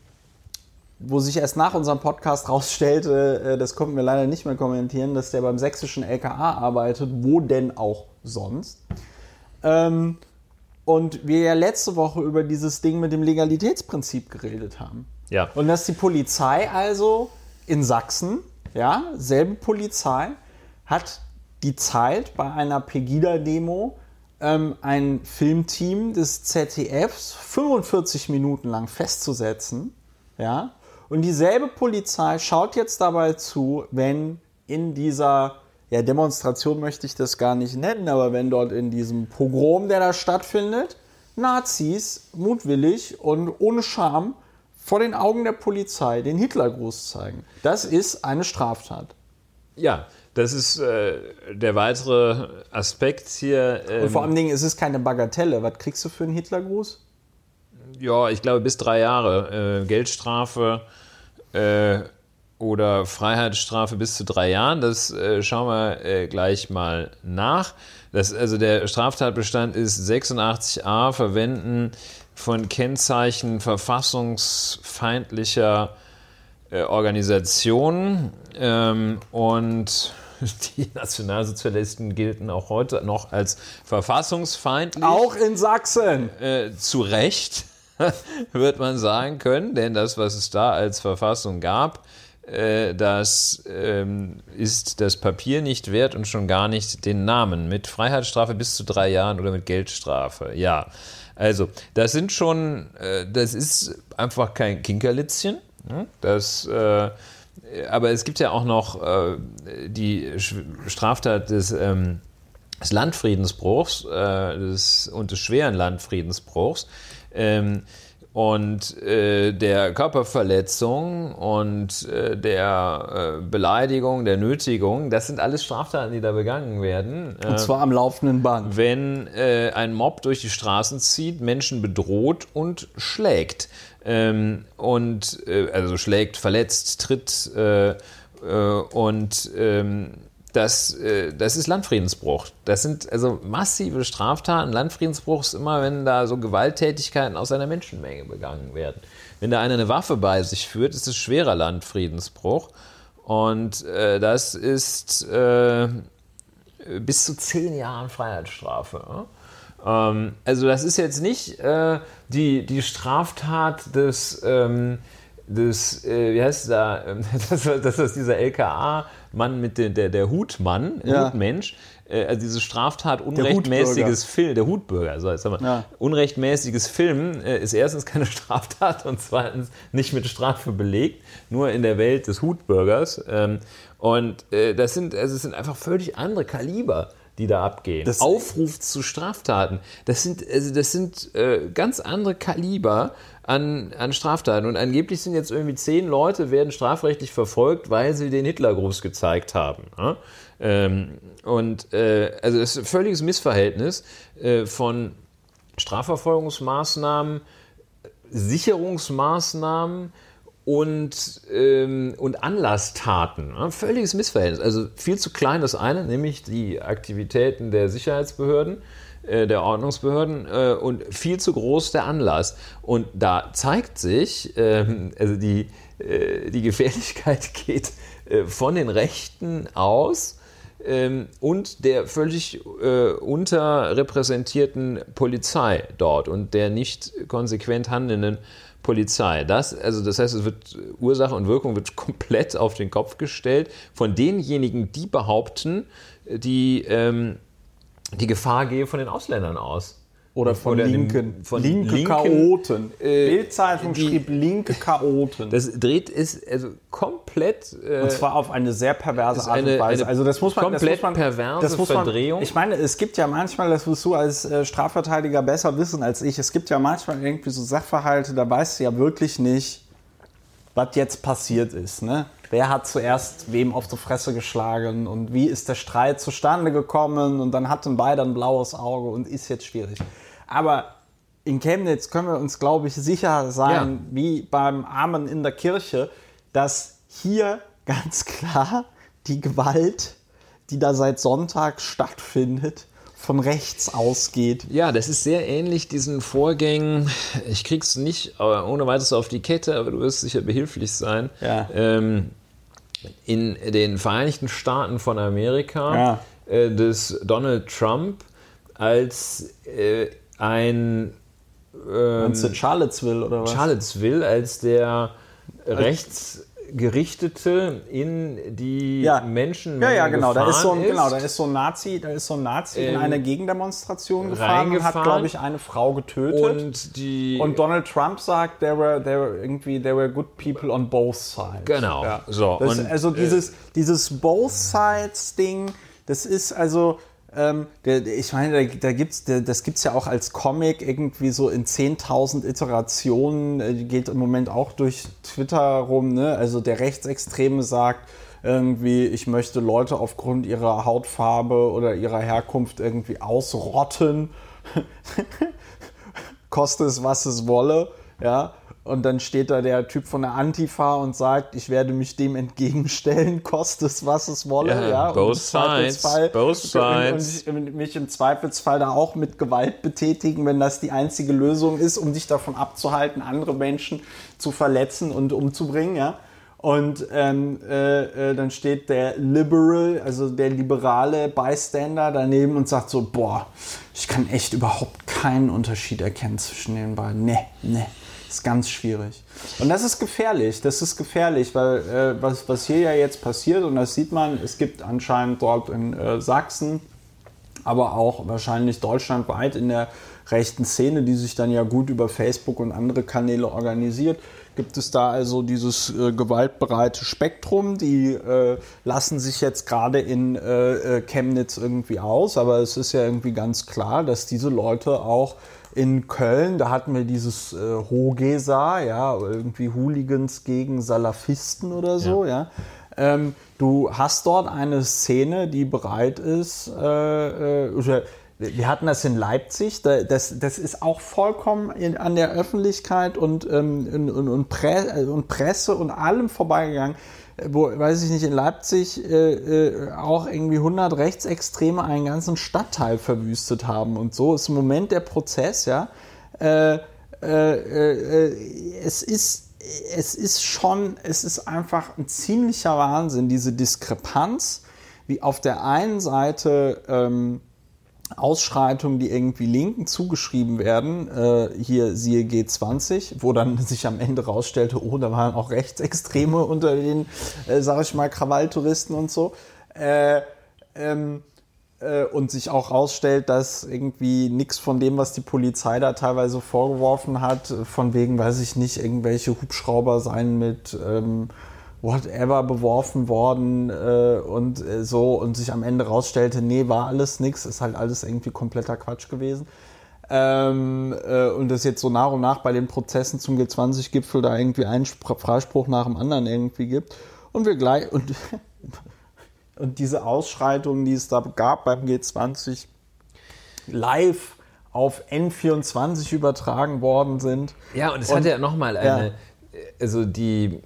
wo sich erst nach unserem Podcast rausstellte, das konnten wir leider nicht mehr kommentieren, dass der beim sächsischen L K A arbeitet, wo denn auch sonst. Ähm, und wir ja letzte Woche über dieses Ding mit dem Legalitätsprinzip geredet haben. Ja. Und dass die Polizei also in Sachsen, ja, selbe Polizei, hat die Zeit bei einer Pegida-Demo ähm, ein Filmteam des Z D Fs fünfundvierzig Minuten lang festzusetzen, ja. Und dieselbe Polizei schaut jetzt dabei zu, wenn in dieser, ja, Demonstration möchte ich das gar nicht nennen, aber wenn dort in diesem Pogrom, der da stattfindet, Nazis mutwillig und ohne Scham vor den Augen der Polizei den Hitlergruß zeigen. Das ist eine Straftat. Ja, das ist äh, der weitere Aspekt hier. Ähm, und vor allen Dingen, es ist keine Bagatelle. Was kriegst du für einen Hitlergruß? Ja, ich glaube bis drei Jahre. Äh, Geldstrafe äh, oder Freiheitsstrafe bis zu drei Jahren. Das äh, schauen wir äh, gleich mal nach. Das, also der Straftatbestand ist sechsundachtzig a, Verwenden von Kennzeichen verfassungsfeindlicher äh, Organisationen. Ähm, und die Nationalsozialisten gelten auch heute noch als verfassungsfeindlich. Auch in Sachsen. Äh, zu Recht. Wird man sagen können, denn das, was es da als Verfassung gab, äh, das ähm, ist das Papier nicht wert und schon gar nicht den Namen. Mit Freiheitsstrafe bis zu drei Jahren oder mit Geldstrafe. Ja, also das sind schon, äh, das ist einfach kein Kinkerlitzchen. Das, äh, aber es gibt ja auch noch äh, die Straftat des, ähm, des Landfriedensbruchs äh, des, und des schweren Landfriedensbruchs. Ähm, und äh, der Körperverletzung und äh, der äh, Beleidigung, der Nötigung, das sind alles Straftaten, die da begangen werden. Und äh, zwar am laufenden Band. Wenn äh, ein Mob durch die Straßen zieht, Menschen bedroht und schlägt. Ähm, und äh, also schlägt, verletzt, tritt äh, äh, und ähm, Das, äh, das ist Landfriedensbruch. Das sind also massive Straftaten. Landfriedensbruch ist immer, wenn da so Gewalttätigkeiten aus einer Menschenmenge begangen werden. Wenn da einer eine Waffe bei sich führt, ist es schwerer Landfriedensbruch. Und äh, das ist äh, bis zu zehn Jahren Freiheitsstrafe. Ne? Ähm, also das ist jetzt nicht äh, die, die Straftat des... Ähm, Das, äh, wie heißt es da, das, das ist dieser L K A-Mann mit der, der, der Hutmann, ja. Hutmensch, äh, also diese Straftat unrechtmäßiges Film, der Hutbürger, so, jetzt haben wir, ja. unrechtmäßiges Filmen äh, ist erstens keine Straftat und zweitens nicht mit Strafe belegt, nur in der Welt des Hutbürgers. Ähm, und äh, das sind, also es sind einfach völlig andere Kaliber, die da abgehen. Das Aufruf zu Straftaten. Das sind, also das sind äh, ganz andere Kaliber an, an Straftaten. Und angeblich sind jetzt irgendwie zehn Leute, werden strafrechtlich verfolgt, weil sie den Hitlergruß gezeigt haben. Ja? Ähm, und äh, also das ist ein völliges Missverhältnis äh, von Strafverfolgungsmaßnahmen, Sicherungsmaßnahmen und, ähm, und Anlasstaten. Ja? Völliges Missverhältnis. Also viel zu klein das eine, nämlich die Aktivitäten der Sicherheitsbehörden, äh, der Ordnungsbehörden äh, und viel zu groß der Anlass. Und da zeigt sich, ähm, also die, äh, die Gefährlichkeit geht äh, von den Rechten aus ähm, und der völlig äh, unterrepräsentierten Polizei dort und der nicht konsequent handelnden Polizei. Das, also das heißt, es wird Ursache und Wirkung wird komplett auf den Kopf gestellt von denjenigen, die behaupten, die, ähm, die Gefahr gehe von den Ausländern aus. Oder von Oder Linken. Von linke Linken, Chaoten. Äh, Bildzeitung schrieb linke Chaoten. Das dreht ist also komplett. Äh, und zwar auf eine sehr perverse Art eine, und Weise. Eine also das muss man, komplett das muss man, perverse das muss man, Verdrehung. Ich meine, es gibt ja manchmal, das wirst du als äh, Strafverteidiger besser wissen als ich, es gibt ja manchmal irgendwie so Sachverhalte, da weißt du ja wirklich nicht, was jetzt passiert ist. Ne? Wer hat zuerst wem auf die Fresse geschlagen und wie ist der Streit zustande gekommen und dann hatten beide ein blaues Auge und ist jetzt schwierig. Aber in Chemnitz können wir uns, glaube ich, sicher sein, ja. wie beim Amen in der Kirche, dass hier ganz klar die Gewalt, die da seit Sonntag stattfindet, von rechts ausgeht. Ja, das ist sehr ähnlich diesen Vorgängen. Ich krieg's nicht ohne weiteres auf die Kette, aber du wirst sicher behilflich sein. Ja. Ähm, in den Vereinigten Staaten von Amerika ja. äh, des Donald Trump als äh, ein ähm, Charlottesville oder was? Charlottesville als der als rechts Gerichtete in die ja. Menschen ja ja genau da ist so ein ist, genau da ist so ein Nazi da ist so ein Nazi ähm, in eine Gegendemonstration gefahren und hat, glaube ich, eine Frau getötet und die und Donald Trump sagt there were there were irgendwie there were good people on both sides. Genau ja. so das, und, also dieses äh, dieses both sides Ding, das ist also Ähm, der, ich meine, da, da gibt's, der, das gibt es ja auch als Comic irgendwie so in zehntausend Iterationen, äh, geht im Moment auch durch Twitter rum, ne? Also der Rechtsextreme sagt irgendwie, ich möchte Leute aufgrund ihrer Hautfarbe oder ihrer Herkunft irgendwie ausrotten, koste es, was es wolle, ja. Und dann steht da der Typ von der Antifa und sagt, ich werde mich dem entgegenstellen, koste es, was es wolle. Yeah, ja, both sides, both sides. Und, und mich im Zweifelsfall da auch mit Gewalt betätigen, wenn das die einzige Lösung ist, um dich davon abzuhalten, andere Menschen zu verletzen und umzubringen. Ja. Und ähm, äh, äh, dann steht der Liberal, also der liberale Bystander daneben und sagt so, boah, ich kann echt überhaupt keinen Unterschied erkennen zwischen den beiden. Ne, ne. Ist ganz schwierig. Und das ist gefährlich, das ist gefährlich, weil äh, was, was hier ja jetzt passiert, und das sieht man, es gibt anscheinend dort in äh, Sachsen, aber auch wahrscheinlich deutschlandweit in der rechten Szene, die sich dann ja gut über Facebook und andere Kanäle organisiert, gibt es da also dieses äh, gewaltbereite Spektrum, die äh, lassen sich jetzt gerade in äh, Chemnitz irgendwie aus, aber es ist ja irgendwie ganz klar, dass diese Leute auch in Köln, da hatten wir dieses äh, Hogesa, ja, irgendwie Hooligans gegen Salafisten oder so, ja. ja. Ähm, du hast dort eine Szene, die bereit ist, äh, äh, wir hatten das in Leipzig, das, das ist auch vollkommen in, an der Öffentlichkeit und, ähm, und, und, Pre, und Presse und allem vorbeigegangen. Wo, weiß ich nicht, in Leipzig äh, äh, auch irgendwie hundert Rechtsextreme einen ganzen Stadtteil verwüstet haben und so ist im Moment der Prozess, ja. Äh, äh, äh, es ist, es ist schon, es ist einfach ein ziemlicher Wahnsinn, diese Diskrepanz, wie auf der einen Seite ähm, Ausschreitungen, die irgendwie Linken zugeschrieben werden, äh, hier siehe G zwanzig, wo dann sich am Ende rausstellte, oh, da waren auch Rechtsextreme unter den, äh, sag ich mal, Krawalltouristen und so. Äh, ähm, äh, und sich auch rausstellt, dass irgendwie nichts von dem, was die Polizei da teilweise vorgeworfen hat, von wegen, weiß ich nicht, irgendwelche Hubschrauber seien mit ähm, whatever beworfen worden äh, und äh, so und sich am Ende rausstellte, nee, war alles nix, ist halt alles irgendwie kompletter Quatsch gewesen. Ähm, äh, und das jetzt so nach und nach bei den Prozessen zum G zwanzig Gipfel da irgendwie einen Freispruch nach dem anderen irgendwie gibt. Und wir gleich und, und diese Ausschreitungen, die es da gab beim G zwanzig, live auf N vierundzwanzig übertragen worden sind. Ja, und es hat ja nochmal eine, ja. also die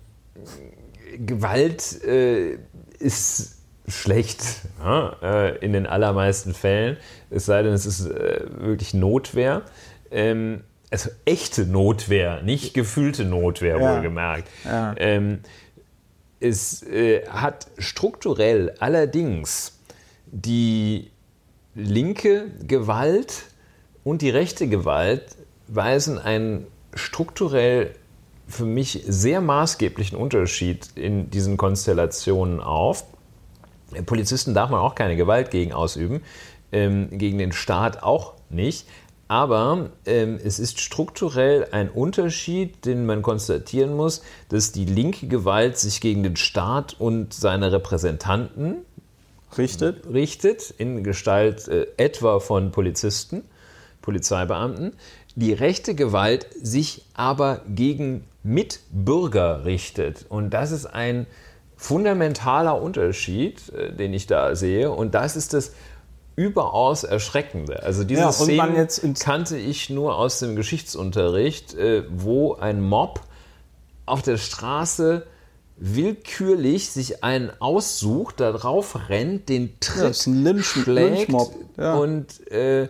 Gewalt äh, ist schlecht, ja, äh, in den allermeisten Fällen, es sei denn, es ist äh, wirklich Notwehr. Ähm, also echte Notwehr, nicht gefühlte Notwehr, ja. wohlgemerkt. Ja. Ähm, es äh, hat strukturell allerdings die linke Gewalt und die rechte Gewalt weisen einen strukturell für mich sehr maßgeblichen Unterschied in diesen Konstellationen auf. Polizisten darf man auch keine Gewalt gegen ausüben, ähm, gegen den Staat auch nicht. Aber ähm, es ist strukturell ein Unterschied, den man konstatieren muss, dass die linke Gewalt sich gegen den Staat und seine Repräsentanten richtet, richtet in Gestalt äh, etwa von Polizisten, Polizeibeamten. Die rechte Gewalt sich aber gegen Mitbürger richtet. Und das ist ein fundamentaler Unterschied, den ich da sehe. Und das ist das überaus Erschreckende. Also diese ja, Szene jetzt kannte ich nur aus dem Geschichtsunterricht, wo ein Mob auf der Straße willkürlich sich einen aussucht, da drauf rennt, den tritt, ja, das ist ein Lynch, schlägt ja. und, äh,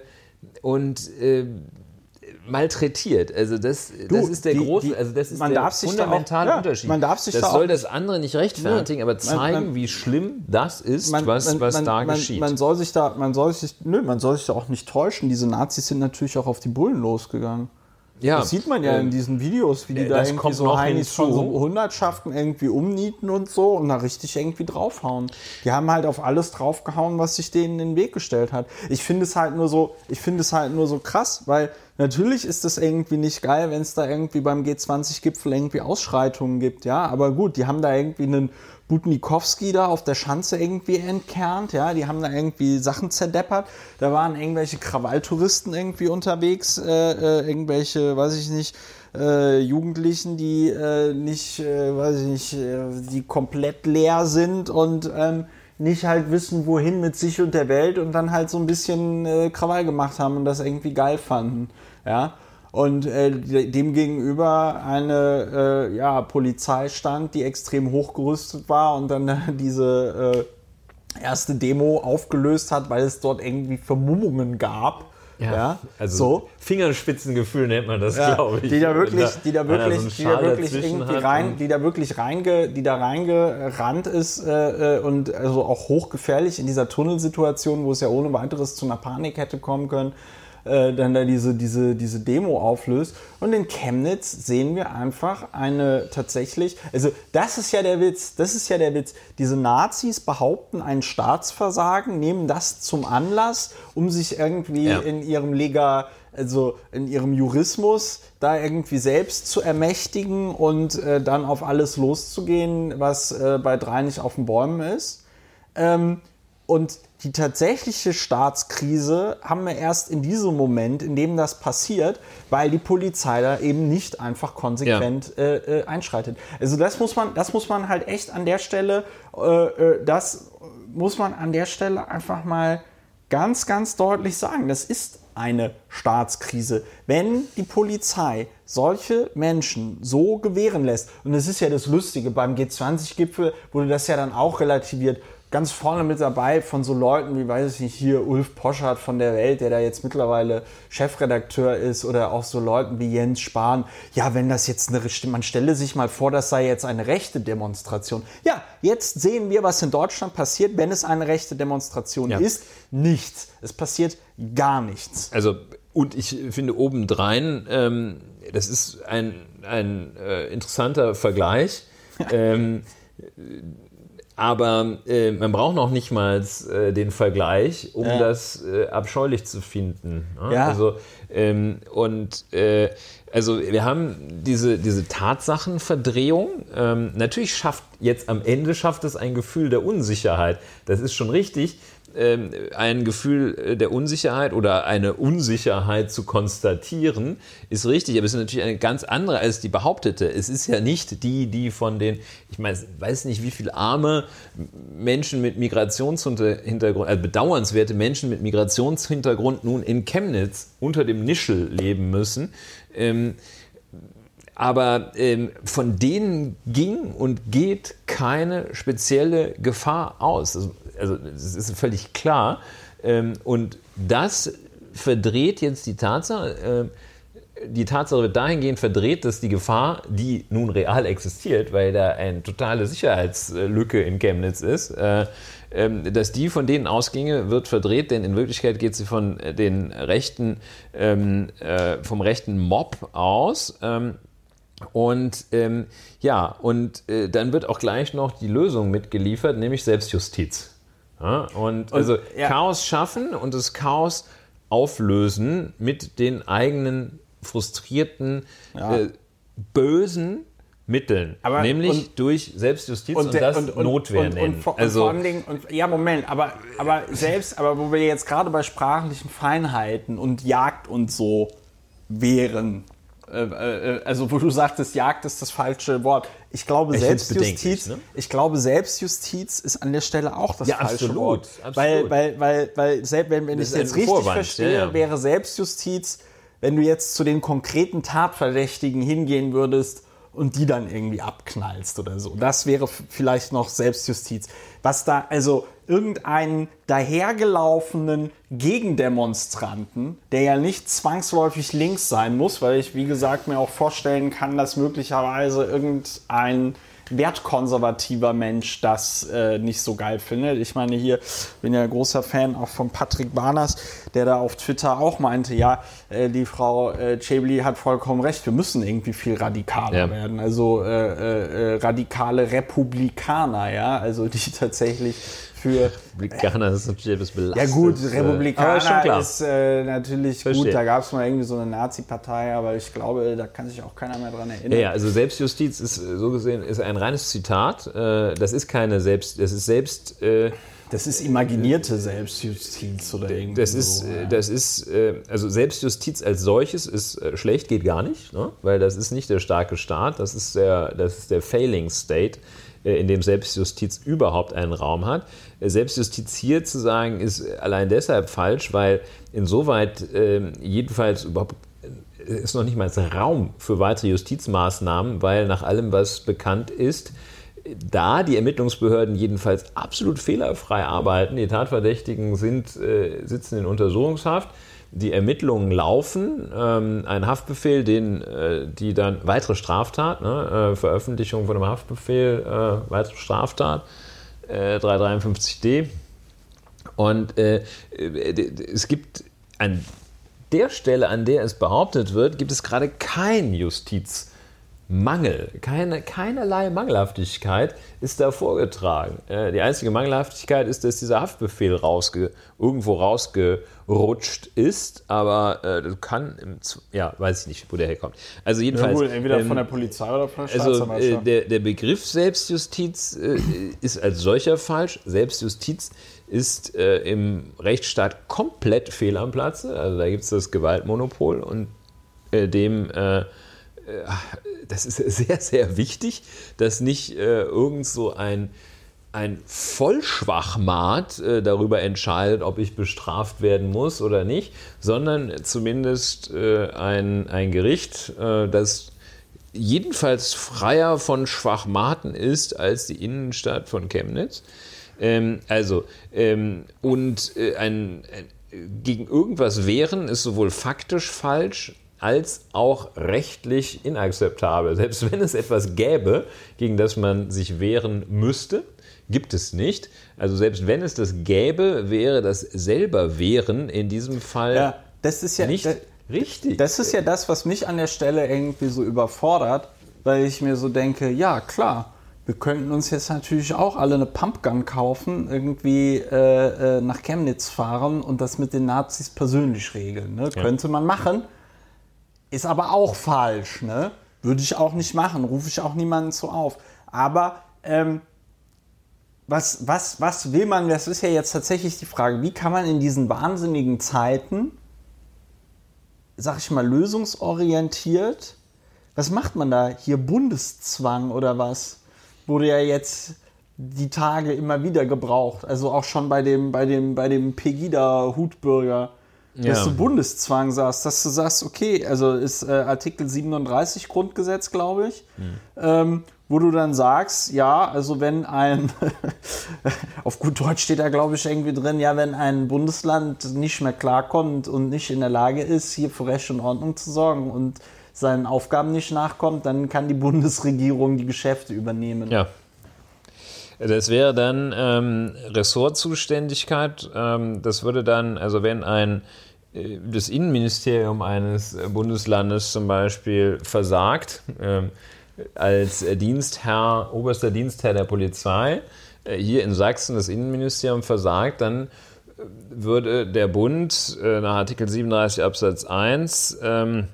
und äh, malträtiert. Also das, du, das ist der die, große, die, also das ist man der darf sich fundamentale da auch, Unterschied. Ja, man darf sich das da soll auch, das andere nicht rechtfertigen, nö, aber zeigen, man, man, wie schlimm das ist, man, was, man, was man, da man, geschieht. Man soll sich da, man soll sich, nö, man soll sich da auch nicht täuschen. Diese Nazis sind natürlich auch auf die Bullen losgegangen. Ja, das sieht man ja ähm, in diesen Videos, wie die äh, da das irgendwie kommt so noch Heinis hinzu. von so Hundertschaften irgendwie umnieten und so und da richtig irgendwie draufhauen. Die haben halt auf alles draufgehauen, was sich denen in den Weg gestellt hat. Ich finde es halt nur so, ich finde es halt nur so krass, weil natürlich ist es irgendwie nicht geil, wenn es da irgendwie beim G zwanzig Gipfel irgendwie Ausschreitungen gibt, ja, aber gut, die haben da irgendwie einen Butnikowski da auf der Schanze irgendwie entkernt, ja, die haben da irgendwie Sachen zerdeppert, da waren irgendwelche Krawalltouristen irgendwie unterwegs, äh, äh, irgendwelche, weiß ich nicht, äh, Jugendlichen, die äh, nicht, äh, weiß ich nicht, äh, die komplett leer sind und ähm, nicht halt wissen, wohin mit sich und der Welt und dann halt so ein bisschen äh, Krawall gemacht haben und das irgendwie geil fanden, ja. Und äh, dem gegenüber eine äh, ja, Polizei stand, die extrem hochgerüstet war und dann äh, diese äh, erste Demo aufgelöst hat, weil es dort irgendwie Vermummungen gab. Ja, ja, also so. Fingerspitzengefühl nennt man das, ja, glaube ich. Die da wirklich, die da Wenn wirklich, so die da wirklich irgendwie rein, die da wirklich reinge, die da reingerannt ist äh, und also auch hochgefährlich in dieser Tunnelsituation, wo es ja ohne weiteres zu einer Panik hätte kommen können. Äh, dann da diese, diese, diese Demo auflöst. Und in Chemnitz sehen wir einfach eine tatsächlich, also das ist ja der Witz, das ist ja der Witz. Diese Nazis behaupten ein Staatsversagen, nehmen das zum Anlass, um sich irgendwie ja. in ihrem Lega, also in ihrem Jurismus da irgendwie selbst zu ermächtigen und äh, dann auf alles loszugehen, was äh, bei drei nicht auf den Bäumen ist. Ähm, und die tatsächliche Staatskrise haben wir erst in diesem Moment, in dem das passiert, weil die Polizei da eben nicht einfach konsequent ja. äh, äh, einschreitet. Also das muss man, das muss man halt echt an der Stelle, äh, das muss man an der Stelle einfach mal ganz, ganz deutlich sagen. Das ist eine Staatskrise. Wenn die Polizei solche Menschen so gewähren lässt, und das ist ja das Lustige, beim G zwanzig Gipfel wurde das ja dann auch relativiert, ganz vorne mit dabei von so Leuten wie, weiß ich nicht, hier Ulf Poschardt von der Welt, der da jetzt mittlerweile Chefredakteur ist, oder auch so Leuten wie Jens Spahn. Ja, wenn das jetzt eine, man stelle sich mal vor, das sei jetzt eine rechte Demonstration. Ja, jetzt sehen wir, was in Deutschland passiert, wenn es eine rechte Demonstration ja. ist. Nichts. Es passiert gar nichts. Also, und ich finde obendrein, ähm, das ist ein, ein äh, interessanter Vergleich. ähm, Aber äh, man braucht noch nicht mal äh, den Vergleich, um ja. das äh, abscheulich zu finden. Ne? Ja. Also, ähm, und äh, also wir haben diese, diese Tatsachenverdrehung. Ähm, natürlich schafft jetzt am Ende schafft es ein Gefühl der Unsicherheit. Das ist schon richtig. Ähm, ein Gefühl der Unsicherheit oder eine Unsicherheit zu konstatieren, ist richtig, aber es ist natürlich eine ganz andere als die behauptete. Es ist ja nicht die, die von den, ich meine, weiß nicht, wie viele arme Menschen mit Migrationshintergrund, also bedauernswerte Menschen mit Migrationshintergrund nun in Chemnitz unter dem Nischel leben müssen. Ähm, Aber ähm, von denen ging und geht keine spezielle Gefahr aus. Also, also das ist völlig klar. Ähm, und das verdreht jetzt die Tatsache. Äh, die Tatsache wird dahingehend verdreht, dass die Gefahr, die nun real existiert, weil da eine totale Sicherheitslücke in Chemnitz ist, äh, äh, dass die von denen ausginge, wird verdreht, denn in Wirklichkeit geht sie von den rechten, ähm, äh, vom rechten Mob aus. Ähm, Und ähm, ja, und äh, dann wird auch gleich noch die Lösung mitgeliefert, nämlich Selbstjustiz. Ja, und, und also ja. Chaos schaffen und das Chaos auflösen mit den eigenen frustrierten, ja. äh, bösen Mitteln, aber nämlich und, durch Selbstjustiz und, und das und, und, Notwehr und, nennen. Und, und, also, vor allen Dingen, und, ja Moment, aber, aber selbst, aber wo wir jetzt gerade bei sprachlichen Feinheiten und Jagd und so wären, also wo du sagtest, Jagd ist das falsche Wort. Ich glaube, ich Selbstjustiz, ne? ich glaube, Selbstjustiz ist an der Stelle auch das ja, falsche absolut, Wort. Absolut. Weil, weil, weil, weil selbst, wenn, wenn ich es jetzt richtig Vorwand, verstehe, ja, ja. wäre Selbstjustiz, wenn du jetzt zu den konkreten Tatverdächtigen hingehen würdest und die dann irgendwie abknallst oder so. Das wäre f- vielleicht noch Selbstjustiz. Was da, also irgendeinen dahergelaufenen Gegendemonstranten, der ja nicht zwangsläufig links sein muss, weil ich, wie gesagt, mir auch vorstellen kann, dass möglicherweise irgendein wertkonservativer Mensch das äh, nicht so geil findet. Ich meine, hier bin ja großer Fan auch von Patrick Barners, der da auf Twitter auch meinte, ja, äh, die Frau äh, Chebli hat vollkommen recht, wir müssen irgendwie viel radikaler ja. werden. Also äh, äh, radikale Republikaner, ja, also die tatsächlich für... Republikaner ist natürlich etwas belastet. Ja gut, Republikaner ist, ist äh, natürlich Verstehe. gut, da gab es mal irgendwie so eine Nazi-Partei, aber ich glaube, da kann sich auch keiner mehr dran erinnern. Ja, ja, also Selbstjustiz ist so gesehen ist ein reines Zitat. Das ist keine Selbst, das ist selbst... Das ist imaginierte Selbstjustiz oder irgendwie das ist, so. Ja. Das ist, also Selbstjustiz als solches ist schlecht, geht gar nicht, ne? Weil das ist nicht der starke Staat, das ist der, das ist der Failing State, in dem Selbstjustiz überhaupt einen Raum hat. Selbstjustiz hier zu sagen, ist allein deshalb falsch, weil insoweit äh, jedenfalls überhaupt ist noch nicht mal Raum für weitere Justizmaßnahmen, weil nach allem, was bekannt ist, da die Ermittlungsbehörden jedenfalls absolut fehlerfrei arbeiten, die Tatverdächtigen sind, äh, sitzen in Untersuchungshaft, die Ermittlungen laufen, ähm, ein Haftbefehl, den, äh, die dann weitere Straftat, ne, äh, Veröffentlichung von einem Haftbefehl, äh, weitere Straftat, äh, dreihundertdreiundfünfzig d. Und äh, es gibt an der Stelle, an der es behauptet wird, gibt es gerade kein Justiz. Mangel, keine, keinerlei Mangelhaftigkeit ist da vorgetragen. Äh, die einzige Mangelhaftigkeit ist, dass dieser Haftbefehl rausge, irgendwo rausgerutscht ist, aber äh, das kann, im, ja, weiß ich nicht, wo der herkommt. Also jedenfalls... Ja gut, entweder ähm, von der Polizei oder von der also Staatsanwaltschaft. äh, der, der Begriff Selbstjustiz äh, ist als solcher falsch. Selbstjustiz ist äh, im Rechtsstaat komplett fehl am Platze. Also da gibt es das Gewaltmonopol und äh, dem... Äh, das ist sehr, sehr wichtig, dass nicht äh, irgend so ein, ein Vollschwachmat äh, darüber entscheidet, ob ich bestraft werden muss oder nicht, sondern zumindest äh, ein, ein Gericht, äh, das jedenfalls freier von Schwachmaten ist als die Innenstadt von Chemnitz. Ähm, also, ähm, und äh, ein, ein, gegen irgendwas wehren ist sowohl faktisch falsch, als auch rechtlich inakzeptabel. Selbst wenn es etwas gäbe, gegen das man sich wehren müsste, gibt es nicht. Also selbst wenn es das gäbe, wäre das selber Wehren in diesem Fall ja, das ist ja, nicht das, richtig. Das ist ja das, was mich an der Stelle irgendwie so überfordert, weil ich mir so denke, ja klar, wir könnten uns jetzt natürlich auch alle eine Pumpgun kaufen, irgendwie äh, nach Chemnitz fahren und das mit den Nazis persönlich regeln. Ne? Ja. Könnte man machen. Ist aber auch falsch, ne? Würde ich auch nicht machen, rufe ich auch niemanden zu auf. Aber ähm, was, was, was will man, das ist ja jetzt tatsächlich die Frage, wie kann man in diesen wahnsinnigen Zeiten, sag ich mal, lösungsorientiert, was macht man da? Hier Bundeszwang oder was? Wurde ja jetzt die Tage immer wieder gebraucht. Also auch schon bei dem, bei dem, bei dem Pegida-Hutbürger. Dass ja. du Bundeszwang sagst, dass du sagst, okay, also ist äh, Artikel siebenunddreißig Grundgesetz, glaube ich, mhm. ähm, wo du dann sagst, ja, also wenn ein, auf gut Deutsch steht da, glaube ich, irgendwie drin, ja, wenn ein Bundesland nicht mehr klarkommt und nicht in der Lage ist, hier für Recht und Ordnung zu sorgen und seinen Aufgaben nicht nachkommt, dann kann die Bundesregierung die Geschäfte übernehmen. Ja. Das wäre dann ähm, Ressortzuständigkeit. Ähm, das würde dann, also wenn ein äh, das Innenministerium eines Bundeslandes zum Beispiel versagt, äh, als Dienstherr, oberster Dienstherr der Polizei, äh, hier in Sachsen das Innenministerium versagt, dann würde der Bund äh, nach Artikel siebenunddreißig Absatz eins ähm,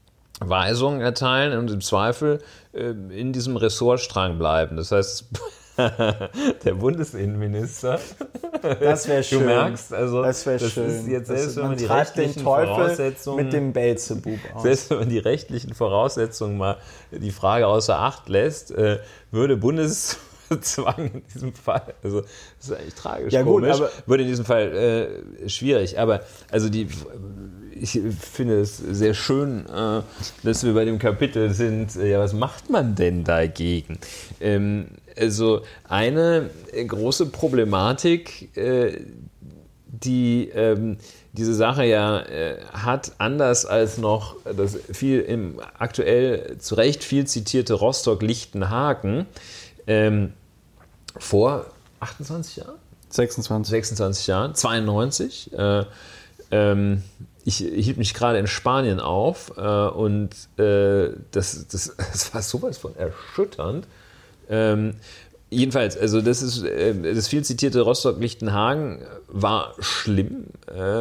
Weisungen erteilen und im Zweifel äh, in diesem Ressortstrang bleiben. Das heißt, Der Bundesinnenminister. Das wäre schön. Du merkst, also das wäre das schön. Ist jetzt das selbst ist, wenn man, man die treibt den rechtlichen Teufel Voraussetzungen mit dem Beelzebub aus. Selbst wenn man die rechtlichen Voraussetzungen mal die Frage außer Acht lässt, äh, würde Bundeszwang in diesem Fall, also das ist eigentlich tragisch, ja, komisch, gut, aber würde in diesem Fall äh, schwierig. Aber also die, ich finde es sehr schön, äh, dass wir bei dem Kapitel sind, äh, ja, was macht man denn dagegen? Ähm, also eine große Problematik, äh, die ähm, diese Sache ja äh, hat, anders als noch das viel im aktuell zu Recht viel zitierte Rostock-Lichtenhagen ähm, vor achtundzwanzig Jahren? sechsundzwanzig. sechsundzwanzig Jahren, zweiundneunzig. Äh, ähm, ich hielt mich gerade in Spanien auf äh, und äh, das, das, das war sowas von erschütternd. Ähm, Jedenfalls, also das ist äh, das viel zitierte Rostock-Lichtenhagen war schlimm. Äh,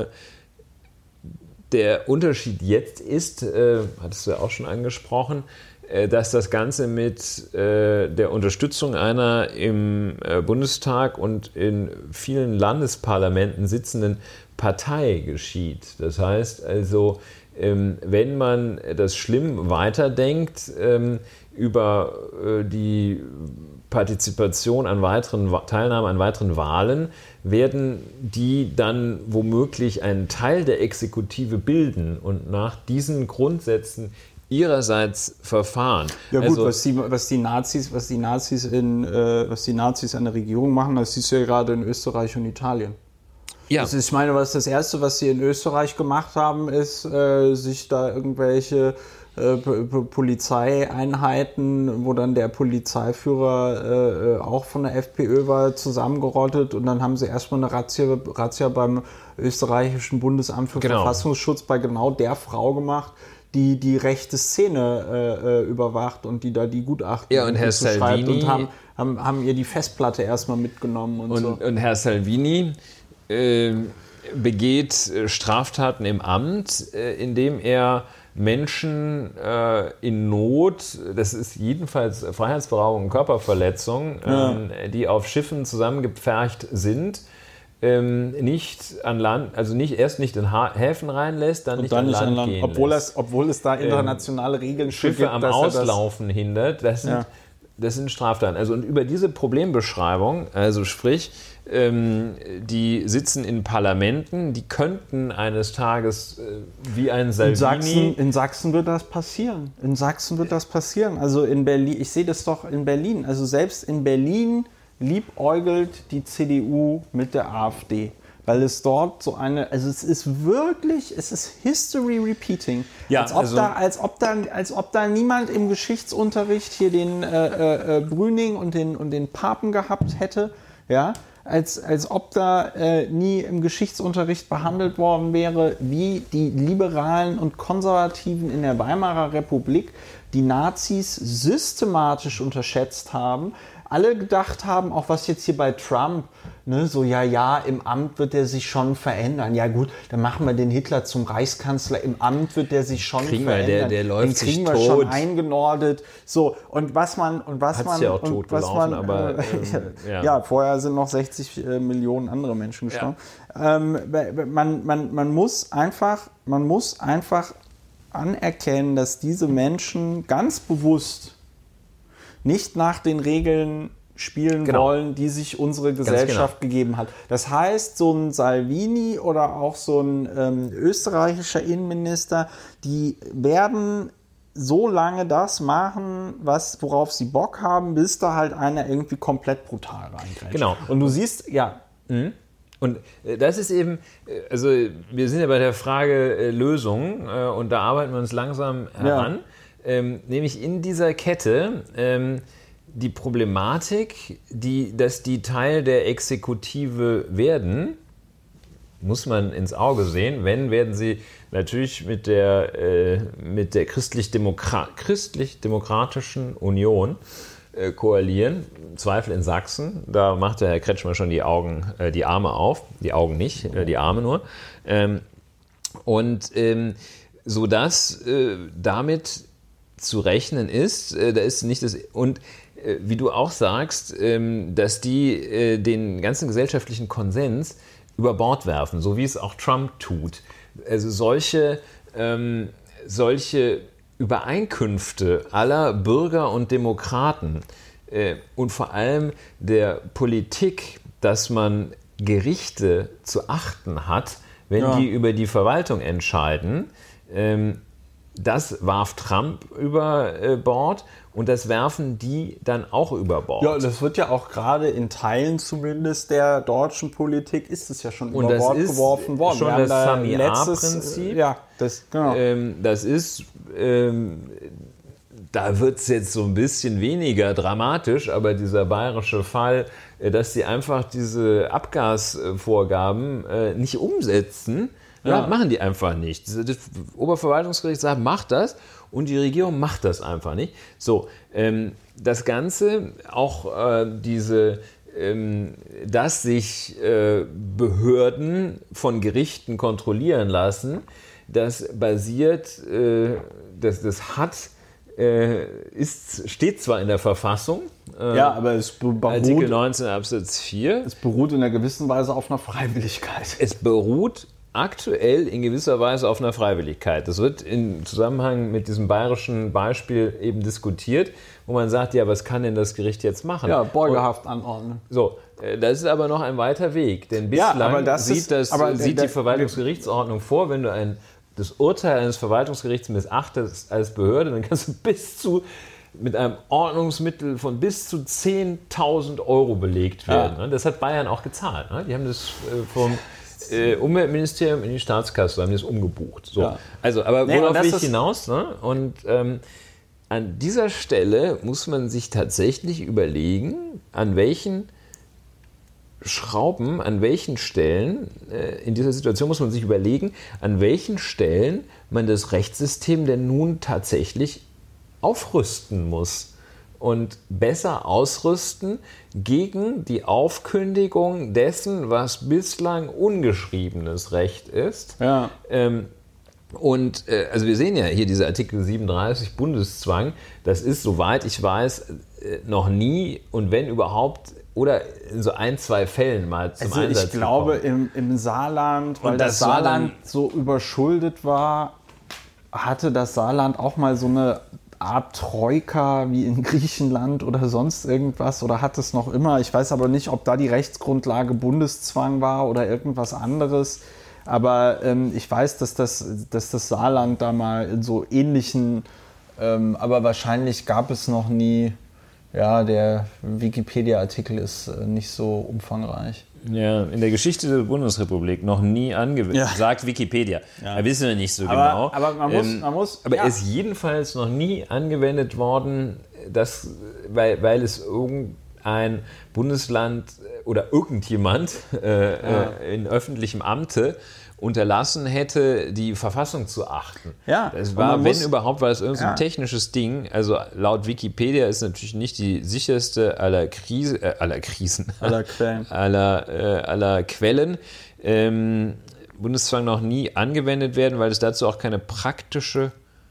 der Unterschied jetzt ist, äh, hattest du ja auch schon angesprochen, äh, dass das Ganze mit äh, der Unterstützung einer im äh, Bundestag und in vielen Landesparlamenten sitzenden Partei geschieht. Das heißt also, ähm, wenn man das schlimm weiterdenkt, ähm, über äh, die Partizipation an weiteren, Teilnahme an weiteren Wahlen, werden die dann womöglich einen Teil der Exekutive bilden und nach diesen Grundsätzen ihrerseits verfahren. Ja gut, also, was, die, was die Nazis, was die Nazis in, äh, was die Nazis an der Regierung machen, das siehst du ja gerade in Österreich und Italien. Ja. Das ist, ich meine, was das Erste, was sie in Österreich gemacht haben, ist, äh, sich da irgendwelche äh, Polizeieinheiten, wo dann der Polizeiführer äh, auch von der FPÖ war, zusammengerottet und dann haben sie erstmal eine Razzia, Razzia beim österreichischen Bundesamt für genau. Verfassungsschutz bei genau der Frau gemacht, die die rechte Szene äh, überwacht und die da die Gutachten ja, und Herr Salvini und haben, haben, haben ihr die Festplatte erstmal mitgenommen und, und so. Und Herr Salvini äh, begeht Straftaten im Amt, äh, indem er Menschen äh, in Not, das ist jedenfalls Freiheitsberaubung und Körperverletzung, ja. ähm, die auf Schiffen zusammengepfercht sind, ähm, nicht an Land, also nicht erst nicht in ha- Häfen reinlässt, dann und nicht dann an nicht Land, an Land gehen obwohl lässt. es, obwohl es da internationale ähm, Regeln Schiffe gibt, am dass Auslaufen das hindert, das sind, ja. das sind Straftaten. Also und über diese Problembeschreibung, also sprich, ähm, die sitzen in Parlamenten, die könnten eines Tages äh, wie ein Salvini... In Sachsen, in Sachsen wird das passieren. In Sachsen wird das passieren. Also in Berlin, ich sehe das doch in Berlin. Also selbst in Berlin liebäugelt die C D U mit der AfD. Weil es dort so eine, also es ist wirklich, es ist History Repeating. Ja, als, ob also da, als, ob da, als ob da niemand im Geschichtsunterricht hier den äh, äh, Brüning und den, und den Papen gehabt hätte. Ja, als, als ob da äh, nie im Geschichtsunterricht behandelt worden wäre, wie die Liberalen und Konservativen in der Weimarer Republik die Nazis systematisch unterschätzt haben. Alle gedacht haben, auch was jetzt hier bei Trump, ne, so ja, ja, im Amt wird er sich schon verändern. Ja gut, dann machen wir den Hitler zum Reichskanzler, im Amt wird er sich schon kriegen verändern. Wir, der, der läuft den kriegen sich wir tot. schon eingenordet. So, und was man, und was Hat's man, ja auch und tot was gelaufen, man, aber, äh, ähm, ja. ja, vorher sind noch sechzig äh, Millionen andere Menschen gestorben. Ja. Ähm, man, man, man muss einfach, man muss einfach anerkennen, dass diese Menschen ganz bewusst nicht nach den Regeln spielen genau. wollen, die sich unsere Gesellschaft genau. gegeben hat. Das heißt, so ein Salvini oder auch so ein ähm, österreichischer Innenminister, die werden so lange das machen, was, worauf sie Bock haben, bis da halt einer irgendwie komplett brutal reingreift. Genau. Und du siehst, ja. Mhm. Und das ist eben, also wir sind ja bei der Frage äh, Lösung äh, und da arbeiten wir uns langsam heran. Ja. Ähm, nämlich in dieser Kette ähm, die Problematik, die, dass die Teil der Exekutive werden, muss man ins Auge sehen. Wenn, werden sie natürlich mit der, äh, mit der christlich-demokra- christlich-demokratischen Union äh, koalieren. Im Zweifel in Sachsen. Da macht der Herr Kretschmer schon die Augen, äh, die Arme auf. Die Augen nicht, äh, die Arme nur. Ähm, und ähm, sodass äh, damit zu rechnen ist, äh, da ist nicht das... Und äh, wie du auch sagst, ähm, dass die äh, den ganzen gesellschaftlichen Konsens über Bord werfen, so wie es auch Trump tut. Also solche, ähm, solche Übereinkünfte aller Bürger und Demokraten äh, und vor allem der Politik, dass man Gerichte zu achten hat, wenn ja. die über die Verwaltung entscheiden, ähm, das warf Trump über äh, Bord und das werfen die dann auch über Bord. Ja, das wird ja auch gerade in Teilen zumindest der deutschen Politik ist es ja schon und über Bord geworfen worden. Schon das Sami-A-Prinzip. Ja, das, genau. Ähm, das ist, ähm, da wird es jetzt so ein bisschen weniger dramatisch, aber dieser bayerische Fall, äh, dass sie einfach diese Abgasvorgaben äh, nicht umsetzen, ja. Ja, machen die einfach nicht. Das Oberverwaltungsgericht sagt, macht das und die Regierung macht das einfach nicht. So, ähm, das Ganze, auch äh, diese, ähm, dass sich äh, Behörden von Gerichten kontrollieren lassen, das basiert, äh, das, das hat, äh, ist, steht zwar in der Verfassung, äh, ja, aber es beruht, Artikel neunzehn Absatz vier. Es beruht in einer gewissen Weise auf einer Freiwilligkeit. Es beruht aktuell in gewisser Weise auf einer Freiwilligkeit. Das wird im Zusammenhang mit diesem bayerischen Beispiel eben diskutiert, wo man sagt, ja, was kann denn das Gericht jetzt machen? Ja, Beugehaft anordnen. So, das ist aber noch ein weiter Weg, denn bislang ja, aber das sieht, ist, das, aber sieht der, die Verwaltungsgerichtsordnung vor, wenn du ein, das Urteil eines Verwaltungsgerichts missachtest als Behörde, dann kannst du bis zu mit einem Ordnungsmittel von bis zu zehntausend Euro belegt werden. Ja. Das hat Bayern auch gezahlt. Die haben das vom Äh, Umweltministerium in die Staatskasse, haben das umgebucht. So. Ja. Also, aber nee, worauf will ich hinaus? Ne? Und ähm, an dieser Stelle muss man sich tatsächlich überlegen, an welchen Schrauben, an welchen Stellen, äh, in dieser Situation muss man sich überlegen, an welchen Stellen man das Rechtssystem denn nun tatsächlich aufrüsten muss. Und besser ausrüsten gegen die Aufkündigung dessen, was bislang ungeschriebenes Recht ist. Ja. Ähm, und äh, also wir sehen ja hier diese Artikel siebenunddreißig Bundeszwang, das ist, soweit ich weiß, äh, noch nie und wenn überhaupt oder in so ein, zwei Fällen mal zum also Einsatz ich glaube im, im Saarland, weil und das, das Saarland so überschuldet war, hatte das Saarland auch mal so eine Art Troika wie in Griechenland oder sonst irgendwas oder hat es noch immer. Ich weiß aber nicht, ob da die Rechtsgrundlage Bundeszwang war oder irgendwas anderes. Aber ähm, ich weiß, dass das, dass das Saarland da mal in so ähnlichen, ähm, aber wahrscheinlich gab es noch nie, ja, der Wikipedia-Artikel ist äh, nicht so umfangreich. Ja, in der Geschichte der Bundesrepublik noch nie angewendet, ja. sagt Wikipedia. Ja. Da wissen wir nicht so aber, genau. Aber man muss, ähm, man muss aber ja. ist jedenfalls noch nie angewendet worden, dass, weil, weil es irgendein Bundesland oder irgendjemand äh, ja. äh, in öffentlichem Amte unterlassen hätte, die Verfassung zu achten. Ja, das war, wenn muss, überhaupt, war es irgendein so ja. technisches Ding. Also laut Wikipedia ist natürlich nicht die sicherste aller, Krise, äh, aller Krisen, aller Quellen. aller, äh, aller Quellen. Ähm, Bundeszwang noch nie angewendet werden, weil es dazu auch keine praktische,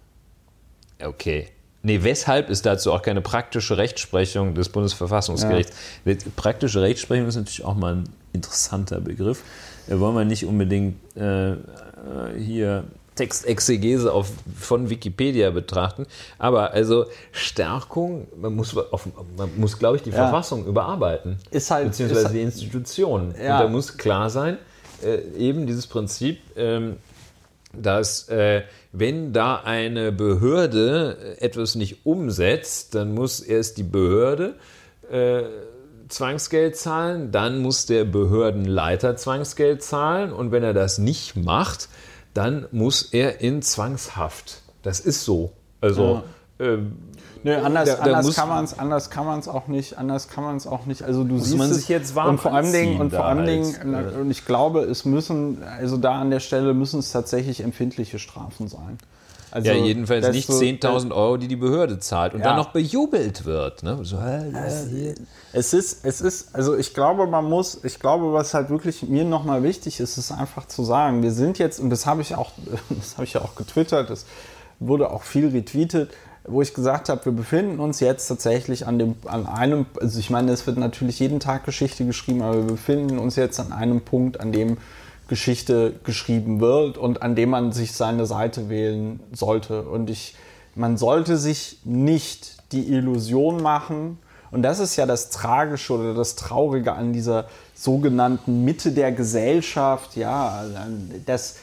okay, nee, weshalb ist dazu auch keine praktische Rechtsprechung des Bundesverfassungsgerichts. Ja. Praktische Rechtsprechung ist natürlich auch mal ein interessanter Begriff. Da wollen wir nicht unbedingt äh, hier Textexegese auf, von Wikipedia betrachten. Aber also Stärkung, man muss, auf, man muss glaube ich, die ja. Verfassung überarbeiten. Ist halt, beziehungsweise ist die Institutionen. Ja. Und da muss klar sein, äh, eben dieses Prinzip, ähm, dass äh, wenn da eine Behörde etwas nicht umsetzt, dann muss erst die Behörde äh, Zwangsgeld zahlen, dann muss der Behördenleiter Zwangsgeld zahlen und wenn er das nicht macht, dann muss er in Zwangshaft. Das ist so. Also ja. ähm, Nö, anders, da, da anders, muss, kann man's, anders kann man es auch nicht. Anders kann man es auch nicht. Also du muss siehst man es, sich jetzt warm und vor allem Dingen, und vor allem halt. Dingen, und ich glaube, es müssen, also da an der Stelle müssen es tatsächlich empfindliche Strafen sein. Also, ja, jedenfalls nicht so, zehntausend Euro, die die Behörde zahlt und ja. dann noch bejubelt wird. Ne? So, äh, äh, es ist, es ist, also ich glaube, man muss, ich glaube, was halt wirklich mir nochmal wichtig ist, ist einfach zu sagen, wir sind jetzt, und das habe ich auch, das habe ich ja auch getwittert, das wurde auch viel retweetet, wo ich gesagt habe, wir befinden uns jetzt tatsächlich an, dem, an einem, also ich meine, es wird natürlich jeden Tag Geschichte geschrieben, aber wir befinden uns jetzt an einem Punkt, an dem Geschichte geschrieben wird und an dem man sich seine Seite wählen sollte. Und ich, man sollte sich nicht die Illusion machen, und das ist ja das Tragische oder das Traurige an dieser sogenannten Mitte der Gesellschaft, ja, dass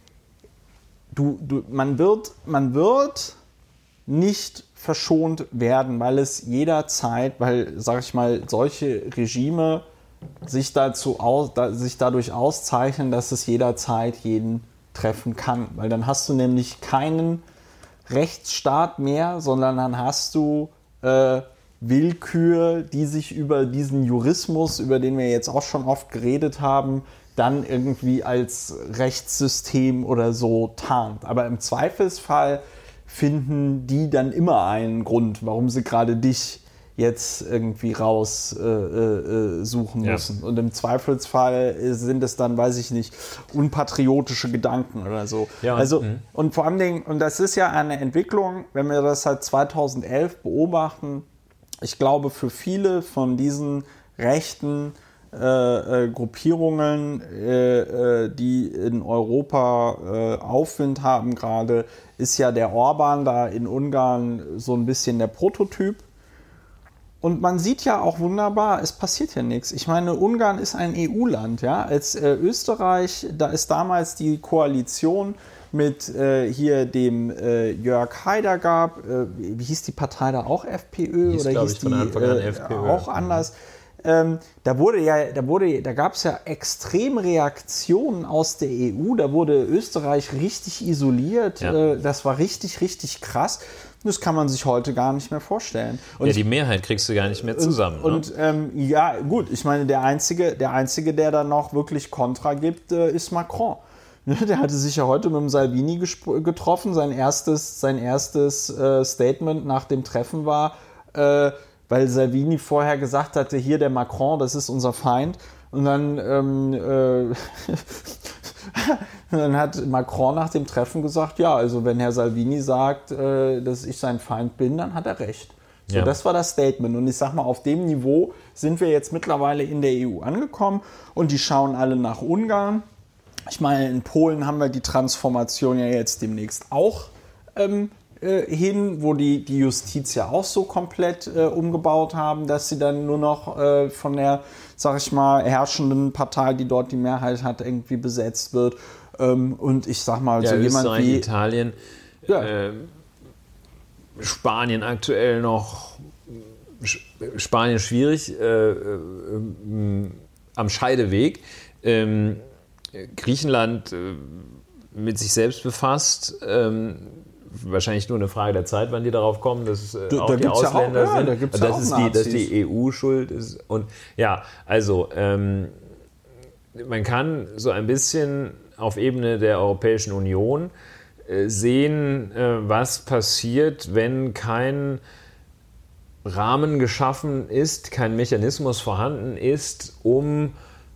du, du, man wird, man wird nicht verschont werden, weil es jederzeit, weil, sag ich mal, solche Regime sich, dazu aus, da, sich dadurch auszeichnen, dass es jederzeit jeden treffen kann. Weil dann hast du nämlich keinen Rechtsstaat mehr, sondern dann hast du äh, Willkür, die sich über diesen Jurismus, über den wir jetzt auch schon oft geredet haben, dann irgendwie als Rechtssystem oder so tarnt. Aber im Zweifelsfall finden die dann immer einen Grund, warum sie gerade dich jetzt irgendwie raus äh, äh, suchen müssen. Ja. Und im Zweifelsfall sind es dann, weiß ich nicht, unpatriotische Gedanken oder so. Ja, also, mh. Und vor allen Dingen, und das ist ja eine Entwicklung, wenn wir das seit zweitausendelf beobachten, ich glaube, für viele von diesen rechten äh, äh, Gruppierungen, äh, äh, die in Europa äh, Aufwind haben gerade, ist ja der Orban da in Ungarn so ein bisschen der Prototyp. Und man sieht ja auch wunderbar, es passiert ja nichts. Ich meine, Ungarn ist ein E U-Land, ja. Als äh, Österreich, da ist damals die Koalition mit äh, hier dem äh, Jörg Haider gab, äh, wie hieß die Partei da auch, FPÖ? Hieß, oder hieß ich, die äh, FPÖ. Auch anders? Mhm. Ähm, da wurde ja, da wurde, da gab es ja extreme Reaktionen aus der E U. Da wurde Österreich richtig isoliert. Ja. Äh, das war richtig, richtig krass. Das kann man sich heute gar nicht mehr vorstellen. Und ja, die Mehrheit kriegst du gar nicht mehr zusammen. Und, und ne? ähm, ja, gut, ich meine, der Einzige, der Einzige, der da noch wirklich Kontra gibt, äh, ist Macron. Der hatte sich ja heute mit dem Salvini gesp- getroffen. Sein erstes, sein erstes äh, Statement nach dem Treffen war, äh, weil Salvini vorher gesagt hatte, hier der Macron, das ist unser Feind. Und dann, ähm, äh, dann hat Macron nach dem Treffen gesagt, ja, also wenn Herr Salvini sagt, äh, dass ich sein Feind bin, dann hat er recht. So, ja. Das war das Statement. Und ich sag mal, auf dem Niveau sind wir jetzt mittlerweile in der E U angekommen und die schauen alle nach Ungarn. Ich meine, in Polen haben wir die Transformation ja jetzt demnächst auch ähm, äh, hin, wo die, die Justiz ja auch so komplett äh, umgebaut haben, dass sie dann nur noch äh, von der, sag ich mal, herrschenden Partei, die dort die Mehrheit hat, irgendwie besetzt wird. Ähm, und ich sag mal, ja, so jemand Österreich, wie Italien, ja. äh, Spanien aktuell noch, Spanien schwierig, äh, äh, äh, am Scheideweg. Ähm, Griechenland äh, mit sich selbst befasst, ähm, wahrscheinlich nur eine Frage der Zeit, wann die darauf kommen, dass äh, da, auch da die Ausländer ja auch, sind, ja, da gibt's dass, ja auch es die, dass die E U schuld ist. Und ja, also ähm, man kann so ein bisschen auf Ebene der Europäischen Union äh, sehen, äh, was passiert, wenn kein Rahmen geschaffen ist, kein Mechanismus vorhanden ist, um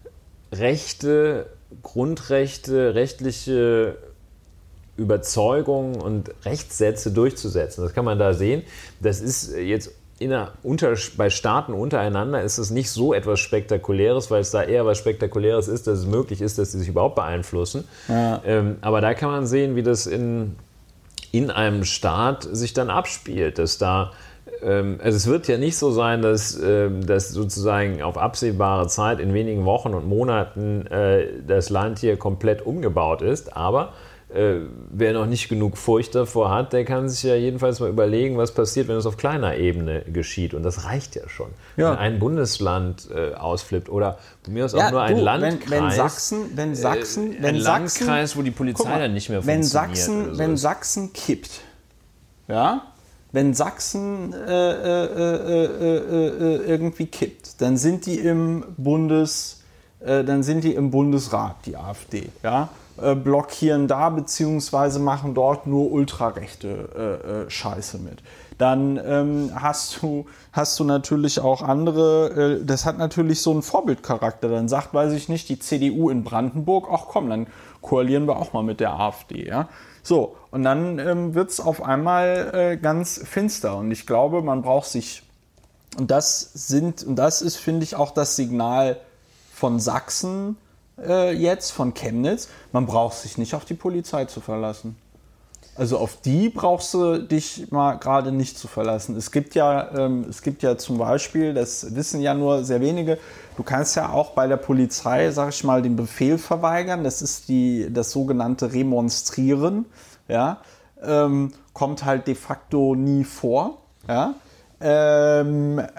Rechte, Grundrechte, rechtliche Überzeugungen und Rechtssätze durchzusetzen. Das kann man da sehen. Das ist jetzt in der, unter, bei Staaten untereinander ist es nicht so etwas Spektakuläres, weil es da eher was Spektakuläres ist, dass es möglich ist, dass sie sich überhaupt beeinflussen. Ja. Ähm, aber da kann man sehen, wie das in, in einem Staat sich dann abspielt, dass da Also es wird ja nicht so sein, dass, dass sozusagen auf absehbare Zeit in wenigen Wochen und Monaten das Land hier komplett umgebaut ist, aber wer noch nicht genug Furcht davor hat, der kann sich ja jedenfalls mal überlegen, was passiert, wenn es auf kleiner Ebene geschieht. Und das reicht ja schon. Ja. Wenn ein Bundesland ausflippt oder von mir aus auch ja, nur ein du, Landkreis. Wenn, wenn Sachsen, wenn Sachsen, äh, wenn ein Sachsen, Landkreis, wo die Polizei mal, dann nicht mehr wenn funktioniert. Sachsen, wenn Sachsen kippt, ja, Wenn Sachsen äh, äh, äh, äh, äh, irgendwie kippt, dann sind die im Bundes, äh, dann sind die im Bundesrat, die AfD, ja, äh, blockieren da beziehungsweise machen dort nur ultrarechte äh, äh, Scheiße mit. dann ähm, hast du, hast du natürlich auch andere, äh, das hat natürlich so einen Vorbildcharakter. Dann sagt, weiß ich nicht, die C D U in Brandenburg, ach komm, dann koalieren wir auch mal mit der AfD. Ja? So, und dann ähm, wird es auf einmal äh, ganz finster. Und ich glaube, man braucht sich, und das sind, und das ist, finde ich, auch das Signal von Sachsen äh, jetzt, von Chemnitz, man braucht sich nicht auf die Polizei zu verlassen. Also auf die brauchst du dich mal gerade nicht zu verlassen. Es gibt ja, ähm, es gibt ja zum Beispiel, das wissen ja nur sehr wenige, du kannst ja auch bei der Polizei, sag ich mal, den Befehl verweigern. Das ist die, das sogenannte Remonstrieren. Ja? Ähm, kommt halt de facto nie vor. Ja? Ähm, äh,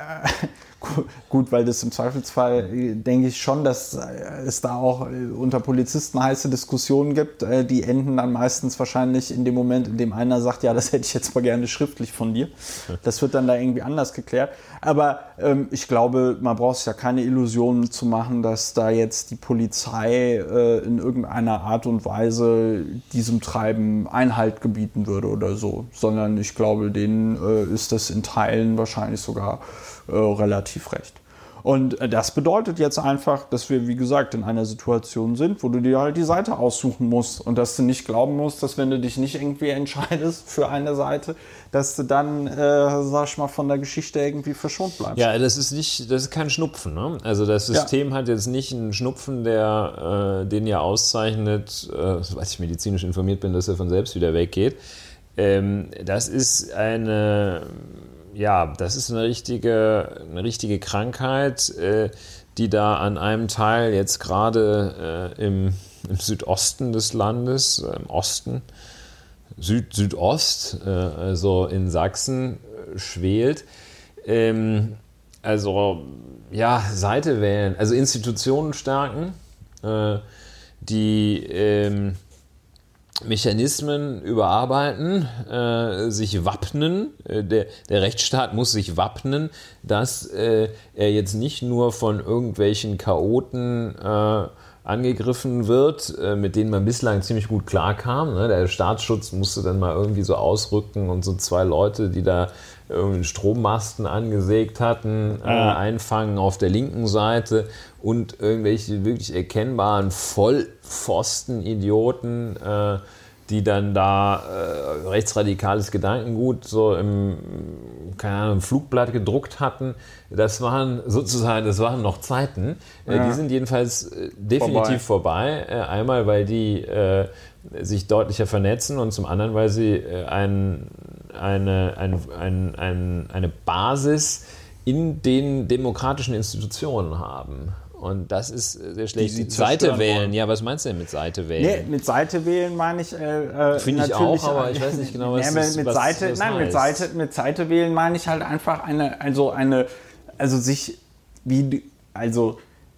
gut, weil das im Zweifelsfall, denke ich schon, dass es da auch unter Polizisten heiße Diskussionen gibt, die enden dann meistens wahrscheinlich in dem Moment, in dem einer sagt, ja, das hätte ich jetzt mal gerne schriftlich von dir. Das wird dann da irgendwie anders geklärt. Aber ähm, ich glaube, man braucht sich ja keine Illusionen zu machen, dass da jetzt die Polizei äh, in irgendeiner Art und Weise diesem Treiben Einhalt gebieten würde oder so, sondern ich glaube, denen äh, ist das in Teilen wahrscheinlich sogar äh, relativ recht. Und äh, das bedeutet jetzt einfach, dass wir, wie gesagt, in einer Situation sind, wo du dir halt die Seite aussuchen musst und dass du nicht glauben musst, dass wenn du dich nicht irgendwie entscheidest für eine Seite, dass du dann, äh, sag ich mal, von der Geschichte irgendwie verschont bleibst. Ja, das ist nicht, das ist kein Schnupfen, ne? Also das System ja. hat jetzt nicht einen Schnupfen, der äh, den ja auszeichnet, äh, soweit ich medizinisch informiert bin, dass er von selbst wieder weggeht. Ähm, das ist eine Ja, das ist eine richtige, eine richtige Krankheit, äh, die da an einem Teil jetzt gerade äh, im, im Südosten des Landes, äh, im Osten, Süd, Südost, äh, also in Sachsen, äh, schwelt. Ähm, also, ja, Seite wählen, also Institutionen stärken, äh, die ähm, Mechanismen überarbeiten, äh, sich wappnen. Äh, der, der Rechtsstaat muss sich wappnen, dass äh, er jetzt nicht nur von irgendwelchen Chaoten äh, angegriffen wird, äh, mit denen man bislang ziemlich gut klarkam. Ne? Der Staatsschutz musste dann mal irgendwie so ausrücken und so zwei Leute, die da irgendwie Strommasten angesägt hatten, äh, einfangen auf der linken Seite und irgendwelche wirklich erkennbaren Vollpfosten-Idioten, äh, die dann da äh, rechtsradikales Gedankengut so im, keine Ahnung, im Flugblatt gedruckt hatten. Das waren sozusagen, das waren noch Zeiten. Ja. Äh, die sind jedenfalls äh, definitiv vorbei. vorbei. Äh, einmal, weil die äh, sich deutlicher vernetzen und zum anderen, weil sie äh, ein, eine, ein, ein, ein, eine Basis in den demokratischen Institutionen haben. Und das ist sehr schlecht. Seite wählen, wollen. Ja, was meinst du denn mit Seite wählen? Nee, mit Seite wählen meine ich äh, Finde ich auch, aber ich weiß nicht genau, was nee, das mit was, Seite, was Nein, heißt. mit Seite, mit Seite wählen meine ich halt einfach eine, also eine, also sich, wie, also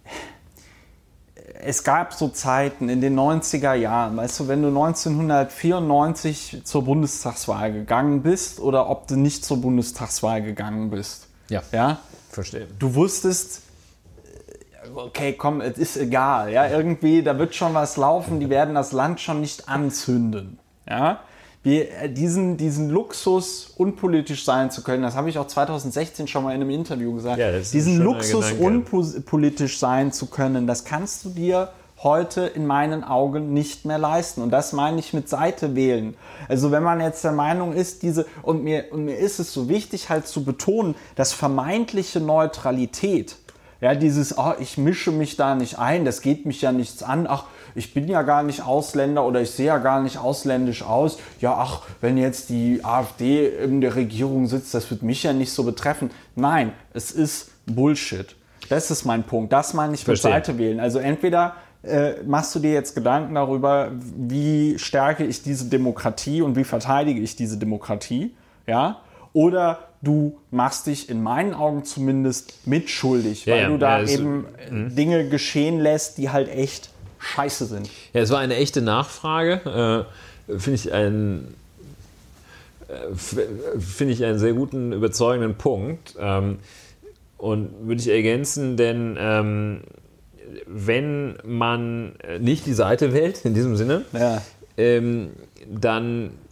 es gab so Zeiten in den neunziger Jahren, weißt du, wenn du neunzehnhundertvierundneunzig zur Bundestagswahl gegangen bist oder ob du nicht zur Bundestagswahl gegangen bist. Ja, ja? Verstehe. Du wusstest, okay, komm, es ist egal, ja, irgendwie, da wird schon was laufen, die werden das Land schon nicht anzünden, ja. Wir, diesen, diesen Luxus, unpolitisch sein zu können, das habe ich auch zweitausendsechzehn schon mal in einem Interview gesagt, ja, diesen Luxus, unpolitisch sein zu können, das kannst du dir heute in meinen Augen nicht mehr leisten. Und das meine ich mit Seite wählen. Also wenn man jetzt der Meinung ist, diese, und mir, und mir ist es so wichtig halt zu betonen, dass vermeintliche Neutralität, ja, dieses, oh, ich mische mich da nicht ein, das geht mich ja nichts an, ach, ich bin ja gar nicht Ausländer oder ich sehe ja gar nicht ausländisch aus, ja, ach, wenn jetzt die AfD in der Regierung sitzt, das wird mich ja nicht so betreffen. Nein, es ist Bullshit. Das ist mein Punkt, das meine ich mit Seite wählen. Also entweder äh, machst du dir jetzt Gedanken darüber, wie stärke ich diese Demokratie und wie verteidige ich diese Demokratie, ja, oder du machst dich in meinen Augen zumindest mitschuldig, weil ja, ja. du da ja, eben mh. Dinge geschehen lässt, die halt echt scheiße sind. Ja, es war eine echte Nachfrage. Äh, finde ich einen äh, finde ich einen sehr guten, überzeugenden Punkt. Ähm, und würde ich ergänzen, denn ähm, wenn man nicht die Seite wählt, in diesem Sinne, ja. ähm, dann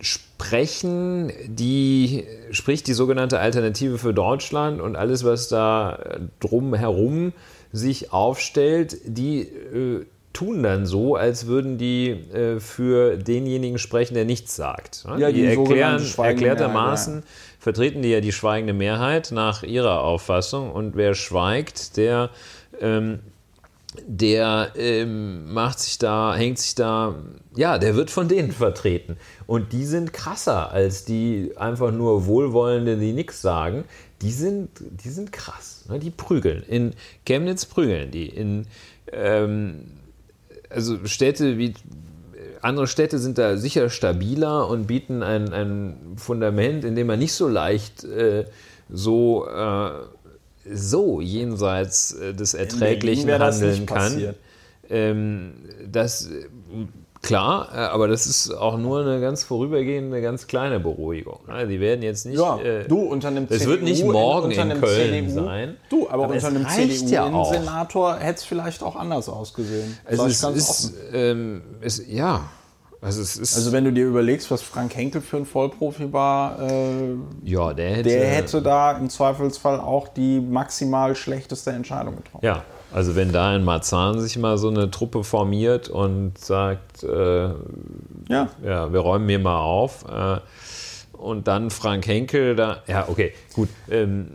sprechen, die spricht die sogenannte Alternative für Deutschland und alles, was da drumherum sich aufstellt, die äh, tun dann so, als würden die äh, für denjenigen sprechen, der nichts sagt. Ne? Ja, die, die erklären, Mehrheit, erklärtermaßen ja. vertreten die ja die schweigende Mehrheit nach ihrer Auffassung und wer schweigt, der ähm, der ähm, macht sich da, hängt sich da, ja, der wird von denen vertreten. Und die sind krasser als die einfach nur Wohlwollende, die nichts sagen. Die sind, die sind krass. Ne? Die prügeln. In Chemnitz prügeln die. In, ähm, also Städte wie, andere Städte sind da sicher stabiler und bieten ein, ein Fundament, in dem man nicht so leicht äh, so äh, so jenseits des Erträglichen handeln kann. Ähm, das, klar, aber das ist auch nur eine ganz vorübergehende, ganz kleine Beruhigung. Die werden jetzt nicht... Ja, äh, du, unter einem das C D U... wird nicht morgen unter in einem Köln C D U, sein. Du, aber, aber unter einem C D U-Senator ja hätte es vielleicht auch anders ausgesehen. Also es ist, ähm, es, ja... Also, es ist also wenn du dir überlegst, was Frank Henkel für ein Vollprofi war, äh, ja, der, hätte, der hätte da im Zweifelsfall auch die maximal schlechteste Entscheidung getroffen. Ja, also wenn da in Marzahn sich mal so eine Truppe formiert und sagt, äh, ja. ja, wir räumen hier mal auf äh, und dann Frank Henkel da, ja, okay, gut, ähm,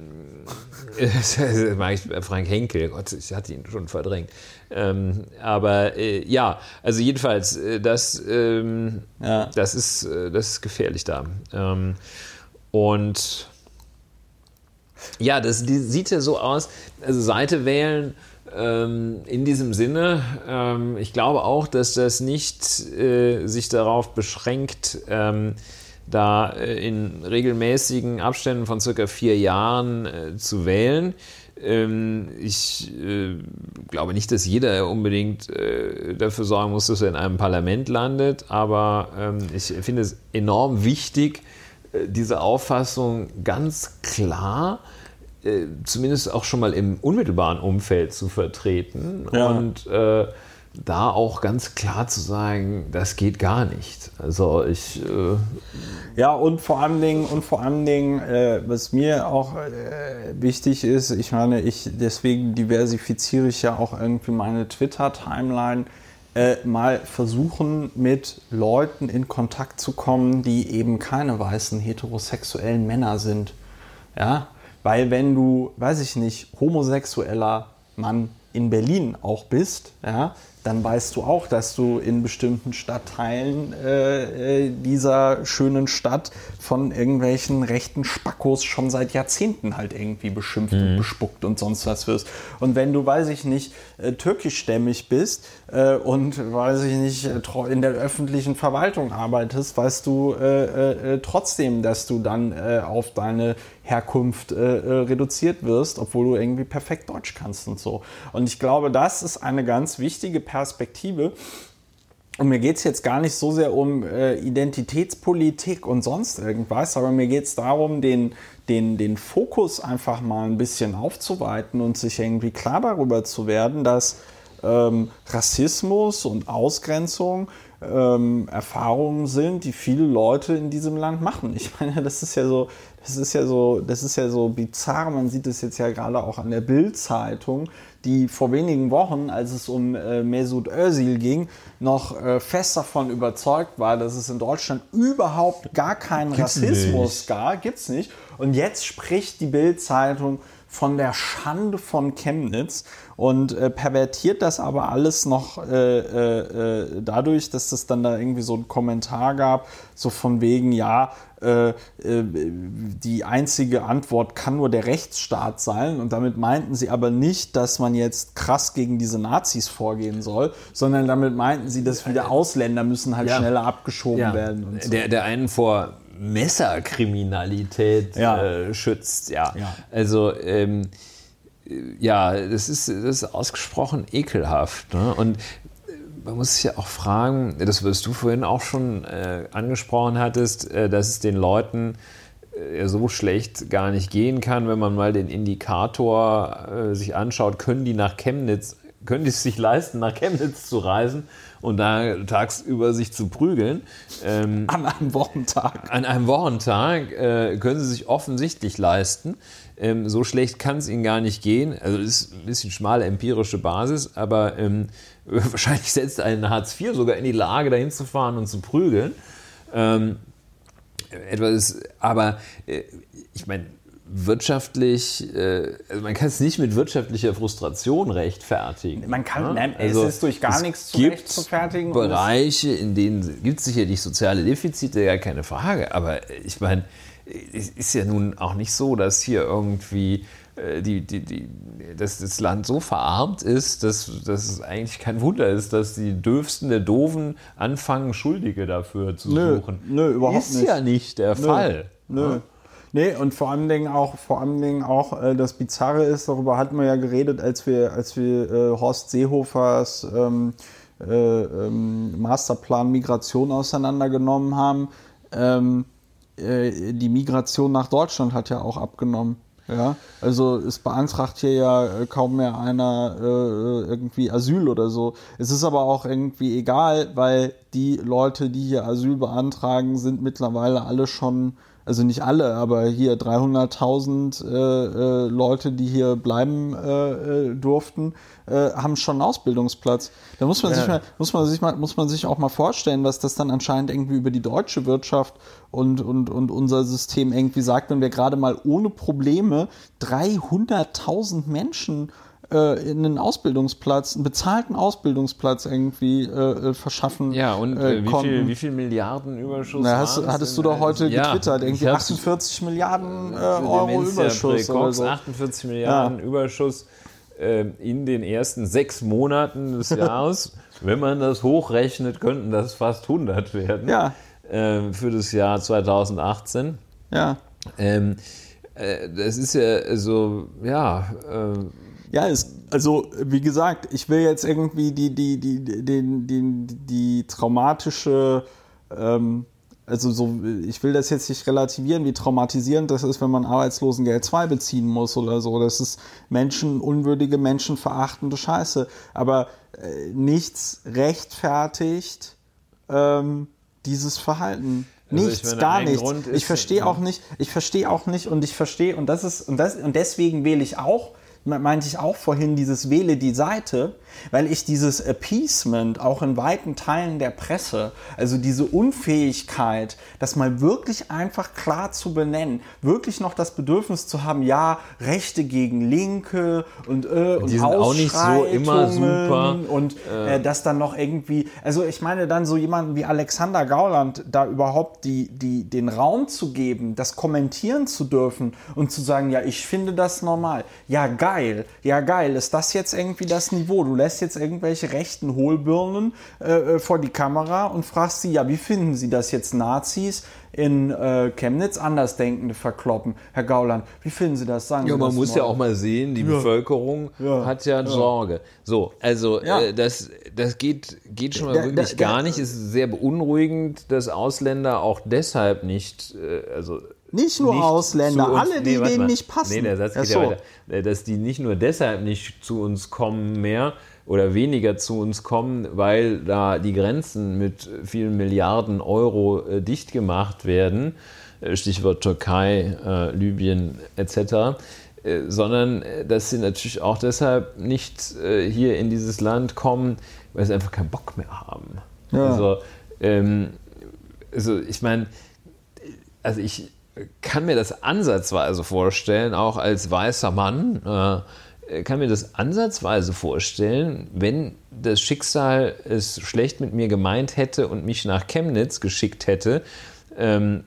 mag ich Frank Henkel, Gott, ich hatte ihn schon verdrängt. Ähm, aber äh, ja, also jedenfalls, äh, das, ähm, ja. das, ist, äh, das ist gefährlich da. Ähm, und ja, das die sieht ja so aus, also Seite wählen ähm, in diesem Sinne. Ähm, ich glaube auch, dass das nicht äh, sich darauf beschränkt, ähm, da äh, in regelmäßigen Abständen von circa vier Jahren äh, zu wählen. Ähm, ich äh, glaube nicht, dass jeder unbedingt äh, dafür sorgen muss, dass er in einem Parlament landet, aber ähm, ich finde es enorm wichtig, äh, diese Auffassung ganz klar, äh, zumindest auch schon mal im unmittelbaren Umfeld zu vertreten ja. und äh, da auch ganz klar zu sagen, das geht gar nicht. Also ich... Äh ja, und vor allen Dingen, und vor allen Dingen äh, was mir auch äh, wichtig ist, ich meine, ich deswegen diversifiziere ich ja auch irgendwie meine Twitter-Timeline, äh, mal versuchen, mit Leuten in Kontakt zu kommen, die eben keine weißen heterosexuellen Männer sind. Ja, weil wenn du, weiß ich nicht, homosexueller Mann in Berlin auch bist, ja, dann weißt du auch, dass du in bestimmten Stadtteilen äh, dieser schönen Stadt von irgendwelchen rechten Spackos schon seit Jahrzehnten halt irgendwie beschimpft mhm. und bespuckt und sonst was wirst. Und wenn du, weiß ich nicht, äh, türkischstämmig bist äh, und, weiß ich nicht, in der öffentlichen Verwaltung arbeitest, weißt du äh, äh, trotzdem, dass du dann äh, auf deine Herkunft äh, reduziert wirst, obwohl du irgendwie perfekt Deutsch kannst und so. Und ich glaube, das ist eine ganz wichtige Perspektive. Und mir geht es jetzt gar nicht so sehr um äh, Identitätspolitik und sonst irgendwas, aber mir geht es darum, den, den, den Fokus einfach mal ein bisschen aufzuweiten und sich irgendwie klar darüber zu werden, dass ähm, Rassismus und Ausgrenzung ähm, Erfahrungen sind, die viele Leute in diesem Land machen. Ich meine, das ist ja so, das ist ja so, das ist ja so bizarr. Man sieht es jetzt ja gerade auch an der Bild-Zeitung, die vor wenigen Wochen, als es um äh, Mesut Özil ging, noch äh, fest davon überzeugt war, dass es in Deutschland überhaupt gar keinen gibt's Rassismus gab. Gibt's nicht. Und jetzt spricht die Bild-Zeitung von der Schande von Chemnitz und äh, pervertiert das aber alles noch äh, äh, dadurch, dass es dann da irgendwie so einen Kommentar gab, so von wegen, ja, äh, äh, die einzige Antwort kann nur der Rechtsstaat sein, und damit meinten sie aber nicht, dass man jetzt krass gegen diese Nazis vorgehen soll, sondern damit meinten sie, dass wieder Ausländer müssen halt ja. schneller abgeschoben ja. werden. Und so. der, der einen vor Messerkriminalität ja. äh, schützt. Ja. ja. Also ähm, ja, das ist, das ist ausgesprochen ekelhaft. Ne? Und man muss sich ja auch fragen, das, was du vorhin auch schon äh, angesprochen hattest, äh, dass es den Leuten äh, so schlecht gar nicht gehen kann, wenn man mal den Indikator äh, sich anschaut, können die nach Chemnitz können die es sich leisten, nach Chemnitz zu reisen und da tagsüber sich zu prügeln. Ähm, an einem Wochentag. An einem Wochentag äh, können sie sich offensichtlich leisten. Ähm, so schlecht kann es ihnen gar nicht gehen. Also das ist ein bisschen schmale empirische Basis, aber ähm, wahrscheinlich setzt einen Hartz vier sogar in die Lage, dahin zu fahren und zu prügeln. Ähm, etwas, aber äh, ich meine, wirtschaftlich, äh, also man kann es nicht mit wirtschaftlicher Frustration rechtfertigen. Man kann, ja? nein, also es ist durch gar nichts zu rechtfertigen. Es gibt Bereiche, in denen gibt es sicherlich soziale Defizite, gar keine Frage, aber ich meine, es ist ja nun auch nicht so, dass hier irgendwie äh, die, die, die, dass das Land so verarmt ist, dass, dass es eigentlich kein Wunder ist, dass die Döfsten der Doofen anfangen, Schuldige dafür zu nö, suchen. Nö, überhaupt ist nicht. ja nicht der nö, Fall. Nö. Ja? Nee, und vor allen Dingen auch, vor allen Dingen auch äh, das Bizarre ist, darüber hatten wir ja geredet, als wir, als wir äh, Horst Seehofers ähm, äh, ähm, Masterplan Migration auseinandergenommen haben. Ähm, äh, die Migration nach Deutschland hat ja auch abgenommen. Ja? Also es beantragt hier ja äh, kaum mehr einer äh, irgendwie Asyl oder so. Es ist aber auch irgendwie egal, weil die Leute, die hier Asyl beantragen, sind mittlerweile alle schon, also nicht alle, aber hier dreihunderttausend äh, äh, Leute, die hier bleiben äh, durften, äh, haben schon einen Ausbildungsplatz. Da muss man, ja. sich mal, muss, man sich mal, muss man sich auch mal vorstellen, was das dann anscheinend irgendwie über die deutsche Wirtschaft und, und, und unser System irgendwie sagt, wenn wir gerade mal ohne Probleme dreihunderttausend Menschen in einen Ausbildungsplatz, einen bezahlten Ausbildungsplatz irgendwie äh, verschaffen. Ja, und äh, wie, viel, wie viel Milliarden Überschuss Na, hast, hattest du doch heute ja, getwittert, irgendwie achtundvierzig Milliarden äh, Euro Überschuss oder so. achtundvierzig Milliarden ja. Überschuss äh, in den ersten sechs Monaten des Jahres. Wenn man das hochrechnet, könnten das fast hundert werden ja. äh, für das Jahr zweitausendachtzehn. Ja. Ähm, äh, das ist ja so, ja... Äh, Ja, es, also wie gesagt, ich will jetzt irgendwie die, die, die, die, die, die traumatische, ähm, also so, ich will das jetzt nicht relativieren, wie traumatisierend das ist, wenn man Arbeitslosengeld zwei beziehen muss oder so. Das ist menschenunwürdige, menschenverachtende Scheiße. Aber äh, nichts rechtfertigt ähm, dieses Verhalten. Also nichts, meine, gar nichts. Ich verstehe auch nicht, ich verstehe auch nicht und ich verstehe, und das ist, und das, und deswegen wähle ich auch, meinte ich auch vorhin, dieses wähle die Seite, weil ich dieses Appeasement auch in weiten Teilen der Presse, also diese Unfähigkeit, das mal wirklich einfach klar zu benennen, wirklich noch das Bedürfnis zu haben, ja, Rechte gegen Linke und äh, und die sind auch nicht so immer super und äh, das dann noch irgendwie, also ich meine dann so jemanden wie Alexander Gauland da überhaupt die, die, den Raum zu geben, das kommentieren zu dürfen und zu sagen, ja, ich finde das normal. Ja, geil, ja geil, ist das jetzt irgendwie das Niveau? Du lässt jetzt irgendwelche rechten Hohlbirnen äh, vor die Kamera und fragst sie, ja, wie finden sie das jetzt, Nazis in äh, Chemnitz Andersdenkende verkloppen? Herr Gauland, wie finden Sie das? Sagen ja, Sie man das muss mal. ja auch mal sehen, die ja. Bevölkerung ja. hat ja, ja Sorge. So, also ja. äh, das, das geht, geht schon mal da, wirklich da, da, gar nicht. Es ist sehr beunruhigend, dass Ausländer auch deshalb nicht, äh, also Nicht nur nicht Ausländer, uns, alle, die nee, denen nicht passen. Nee, der Satz geht so. ja weiter. Dass die nicht nur deshalb nicht zu uns kommen mehr oder weniger zu uns kommen, weil da die Grenzen mit vielen Milliarden Euro äh, dicht gemacht werden, äh, Stichwort Türkei, äh, Libyen et cetera, äh, sondern äh, dass sie natürlich auch deshalb nicht äh, hier in dieses Land kommen, weil sie einfach keinen Bock mehr haben. Ja. Also, ähm, also ich meine, also ich kann mir das ansatzweise vorstellen, auch als weißer Mann, äh, kann mir das ansatzweise vorstellen, wenn das Schicksal es schlecht mit mir gemeint hätte und mich nach Chemnitz geschickt hätte, ähm,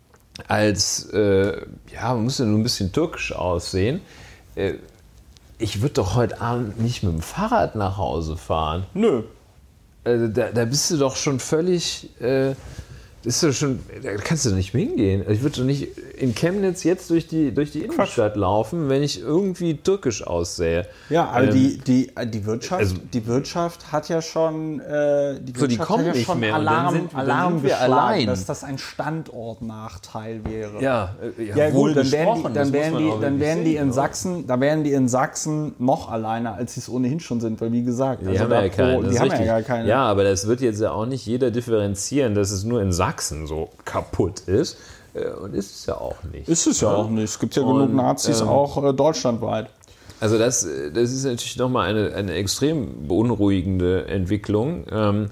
als, äh, ja, man muss ja nur ein bisschen türkisch aussehen, äh, ich würde doch heute Abend nicht mit dem Fahrrad nach Hause fahren. Nö. Also da, da bist du doch schon völlig... Äh, Das ist ja schon, da kannst du doch nicht mehr hingehen. Ich würde doch nicht in Chemnitz jetzt durch die, durch die Innenstadt laufen, wenn ich irgendwie türkisch aussähe. Ja, aber ähm, die, die, die, Wirtschaft, also, die Wirtschaft hat ja schon, äh, die, so, die kommen hat ja nicht schon mehr. Alarm, Und dann sind, dann Alarm sind wir geschlagen, allein. dass das ein Standortnachteil wäre. Ja, ja, ja gut, dann wären die, das dann muss wären man die, auch dann wirklich wären die sehen, in oder? Sachsen, da wären die in Sachsen noch alleiner, als sie es ohnehin schon sind, weil wie gesagt, Die also haben da ja, keine, pro, das die ist haben ja richtig. gar keine. Ja, aber das wird jetzt ja auch nicht jeder differenzieren, dass es nur in Sachsen so kaputt ist. Und ist es ja auch nicht. Ist es ja, ja auch nicht. Es gibt ja Und, genug Nazis ähm, auch äh, deutschlandweit. Also das, das ist natürlich nochmal eine, eine extrem beunruhigende Entwicklung. Ähm,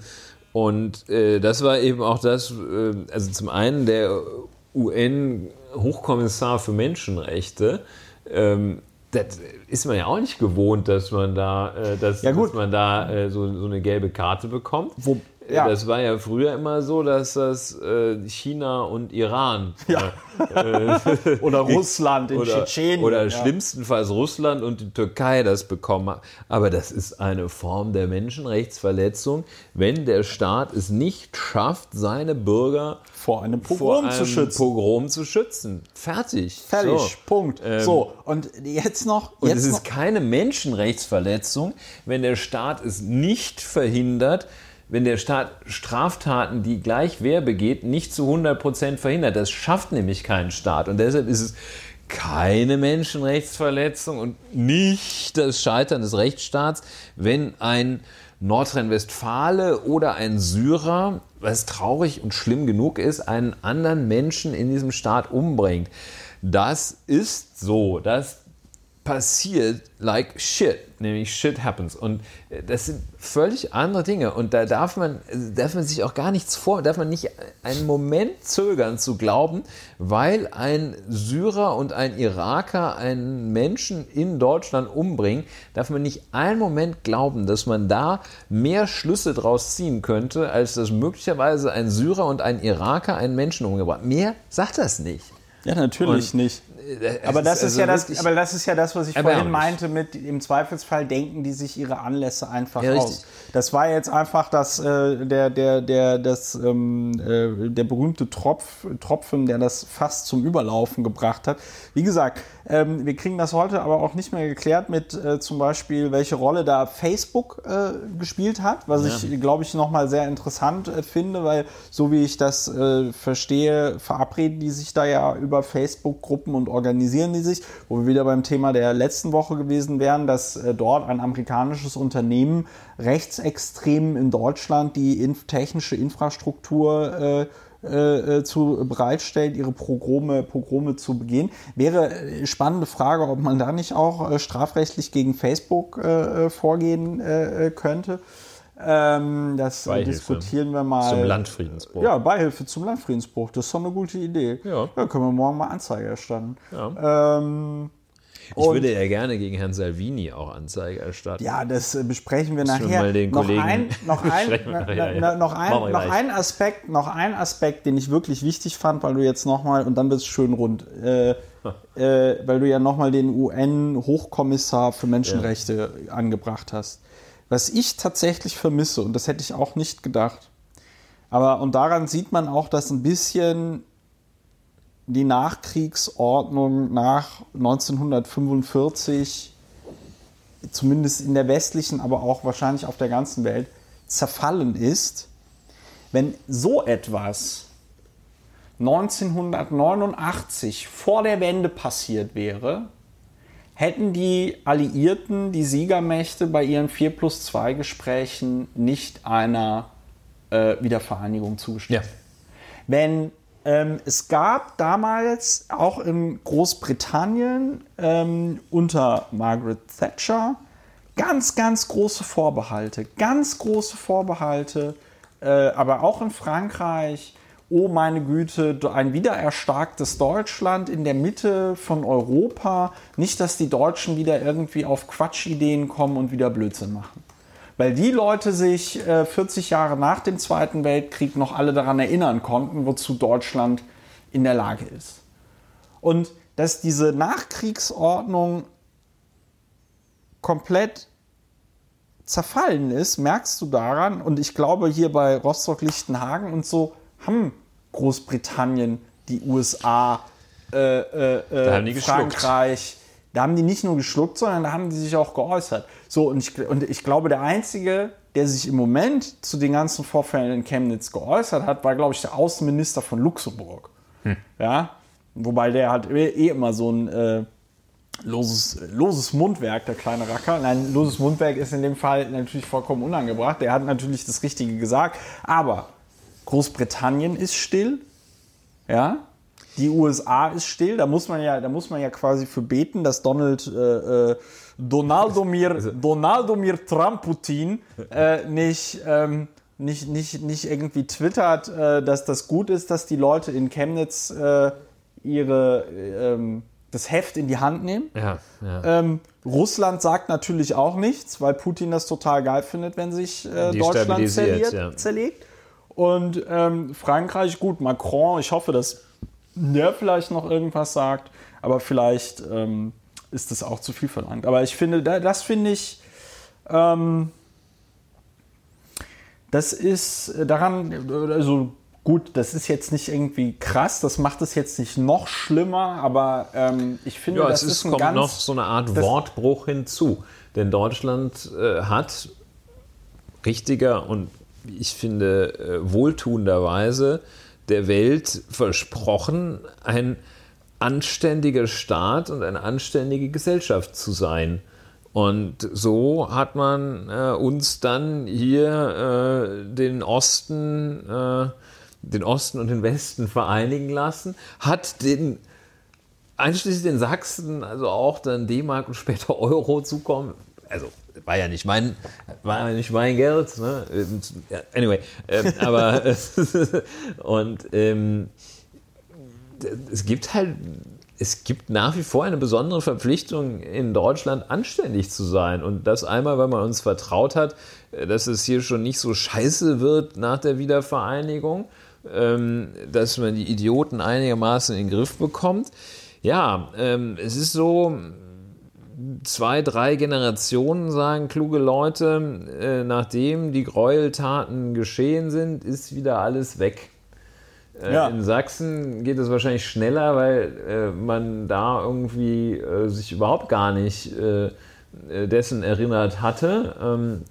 und äh, das war eben auch das, äh, also zum einen der U N-Hochkommissar für Menschenrechte, ähm, das ist man ja auch nicht gewohnt, dass man da, äh, dass, ja, dass man da äh, so, so eine gelbe Karte bekommt. Wo, ja. Das war ja früher immer so, dass das äh, China und Iran ja. äh, oder Russland in oder, Tschetschenien oder ja. schlimmstenfalls Russland und die Türkei das bekommen haben. Aber das ist eine Form der Menschenrechtsverletzung, wenn der Staat es nicht schafft, seine Bürger vor einem Pogrom vor einem zu schützen. Pogrom zu schützen. Fertig. Fertig. So. Punkt. Ähm, so und jetzt noch. Und jetzt es ist noch. keine Menschenrechtsverletzung, wenn der Staat es nicht verhindert, wenn der Staat Straftaten, die gleich wer begeht, nicht zu hundert Prozent verhindert. Das schafft nämlich kein Staat. Und deshalb ist es keine Menschenrechtsverletzung und nicht das Scheitern des Rechtsstaats, wenn ein Nordrhein-Westfale oder ein Syrer, was traurig und schlimm genug ist, einen anderen Menschen in diesem Staat umbringt. Das ist so. Das passiert like shit, nämlich shit happens. Und das sind völlig andere Dinge. Und da darf man, darf man sich auch gar nichts vor, darf man nicht einen Moment zögern zu glauben, weil ein Syrer und ein Iraker einen Menschen in Deutschland umbringen, darf man nicht einen Moment glauben, dass man da mehr Schlüsse draus ziehen könnte, als dass möglicherweise ein Syrer und ein Iraker einen Menschen umgebracht haben. Mehr sagt das nicht. Ja, natürlich Und nicht. Aber das, ist also ja das, aber das ist ja das, was ich vorhin meinte mit, im Zweifelsfall denken die sich ihre Anlässe einfach ja, aus. Richtig. Das war jetzt einfach das, äh, der, der, der, das, ähm, äh, der berühmte Tropf, Tropfen, der das fast zum Überlaufen gebracht hat. Wie gesagt, ähm, wir kriegen das heute aber auch nicht mehr geklärt mit äh, zum Beispiel, welche Rolle da Facebook äh, gespielt hat, was ja. ich, glaube ich, nochmal sehr interessant äh, finde, weil so wie ich das äh, verstehe, verabreden die sich da ja über Facebook-Gruppen und organisieren die sich, wo wir wieder beim Thema der letzten Woche gewesen wären, dass äh, dort ein amerikanisches Unternehmen Rechtsextremen in Deutschland die inf- technische Infrastruktur äh, äh, zu bereitstellt, ihre Pogrome, Pogrome zu begehen. Wäre eine spannende Frage, ob man da nicht auch äh, strafrechtlich gegen Facebook äh, vorgehen äh, könnte. Ähm, das Beihilfe diskutieren wir mal. Zum Landfriedensbruch. Ja, Beihilfe zum Landfriedensbruch. Das ist doch eine gute Idee. Ja. Ja, können wir morgen mal Anzeige erstatten. Ja. Ähm, ich würde ja gerne gegen Herrn Salvini auch Anzeige erstatten. Ja, das äh, besprechen wir Schon nachher. mal den noch, Kollegen ein, noch, ein, wir, na, ja, ja. na, noch, ein, Machen wir noch, gleich. ein Aspekt, noch ein Aspekt, den ich wirklich wichtig fand, weil du jetzt nochmal, und dann wird es schön rund, äh, äh, weil du ja nochmal den U N-Hochkommissar für Menschenrechte ja. angebracht hast. Was ich tatsächlich vermisse, und das hätte ich auch nicht gedacht, aber und daran sieht man auch, dass ein bisschen die Nachkriegsordnung nach neunzehnhundertfünfundvierzig, zumindest in der westlichen, aber auch wahrscheinlich auf der ganzen Welt, zerfallen ist. Wenn so etwas neunzehnhundertneunundachtzig vor der Wende passiert wäre, hätten die Alliierten, die Siegermächte bei ihren vier plus zwei Gesprächen nicht einer äh, Wiedervereinigung zugestimmt. Ja. Wenn ähm, es gab damals auch in Großbritannien ähm, unter Margaret Thatcher ganz, ganz große Vorbehalte, ganz große Vorbehalte, äh, aber auch in Frankreich. Oh meine Güte, ein wiedererstarktes Deutschland in der Mitte von Europa. Nicht, dass die Deutschen wieder irgendwie auf Quatschideen kommen und wieder Blödsinn machen. Weil die Leute sich äh, vierzig Jahre nach dem Zweiten Weltkrieg noch alle daran erinnern konnten, wozu Deutschland in der Lage ist. Und dass diese Nachkriegsordnung komplett zerfallen ist, merkst du daran. Und ich glaube, hier bei Rostock-Lichtenhagen und so haben Großbritannien, die U S A, äh, äh, da haben die Frankreich. Da haben die nicht nur geschluckt, sondern da haben die sich auch geäußert. So, und ich, und ich glaube, der Einzige, der sich im Moment zu den ganzen Vorfällen in Chemnitz geäußert hat, war, glaube ich, der Außenminister von Luxemburg. Hm. Ja? Wobei der hat eh immer so ein äh, loses, loses Mundwerk, der kleine Racker. Nein, loses Mundwerk ist in dem Fall natürlich vollkommen unangebracht. Der hat natürlich das Richtige gesagt. Aber Großbritannien ist still. Ja? Die U S A ist still, da muss man ja, da muss man ja quasi für beten, dass Donald äh, Donaldomir, Donaldomir Trump Putin äh, nicht, ähm, nicht, nicht, nicht irgendwie twittert, äh, dass das gut ist, dass die Leute in Chemnitz äh, ihre, ähm, das Heft in die Hand nehmen. Ja, ja. Ähm, Russland sagt natürlich auch nichts, weil Putin das total geil findet, wenn sich äh, Deutschland zerlegt, ja. zerlegt. Und ähm, Frankreich, gut, Macron, ich hoffe, dass der vielleicht noch irgendwas sagt, aber vielleicht ähm, ist das auch zu viel verlangt. Aber ich finde, das finde ich, ähm, das ist daran, also gut, das ist jetzt nicht irgendwie krass, das macht es jetzt nicht noch schlimmer, aber ähm, ich finde, ja, das es ist, ist ein kommt ganz, noch so eine Art Wortbruch hinzu. Denn Deutschland äh, hat richtiger und ich finde äh, wohltuenderweise der Welt versprochen, ein anständiger Staat und eine anständige Gesellschaft zu sein. Und so hat man äh, uns dann hier äh, den Osten, äh, den Osten und den Westen vereinigen lassen, hat den einschließlich den Sachsen also auch dann D-Mark und später Euro zukommen. Also war ja nicht mein, war ja nicht mein Geld, ne? Anyway, ähm, aber und ähm, es gibt halt, es gibt nach wie vor eine besondere Verpflichtung in Deutschland anständig zu sein und das einmal, weil man uns vertraut hat, dass es hier schon nicht so scheiße wird nach der Wiedervereinigung, ähm, dass man die Idioten einigermaßen in den Griff bekommt. Ja, ähm, es ist so. Zwei, drei Generationen, sagen kluge Leute, äh, nachdem die Gräueltaten geschehen sind, ist wieder alles weg. Äh, ja. In Sachsen geht es wahrscheinlich schneller, weil äh, man da irgendwie äh, sich überhaupt gar nicht äh, dessen erinnert hatte. Ähm,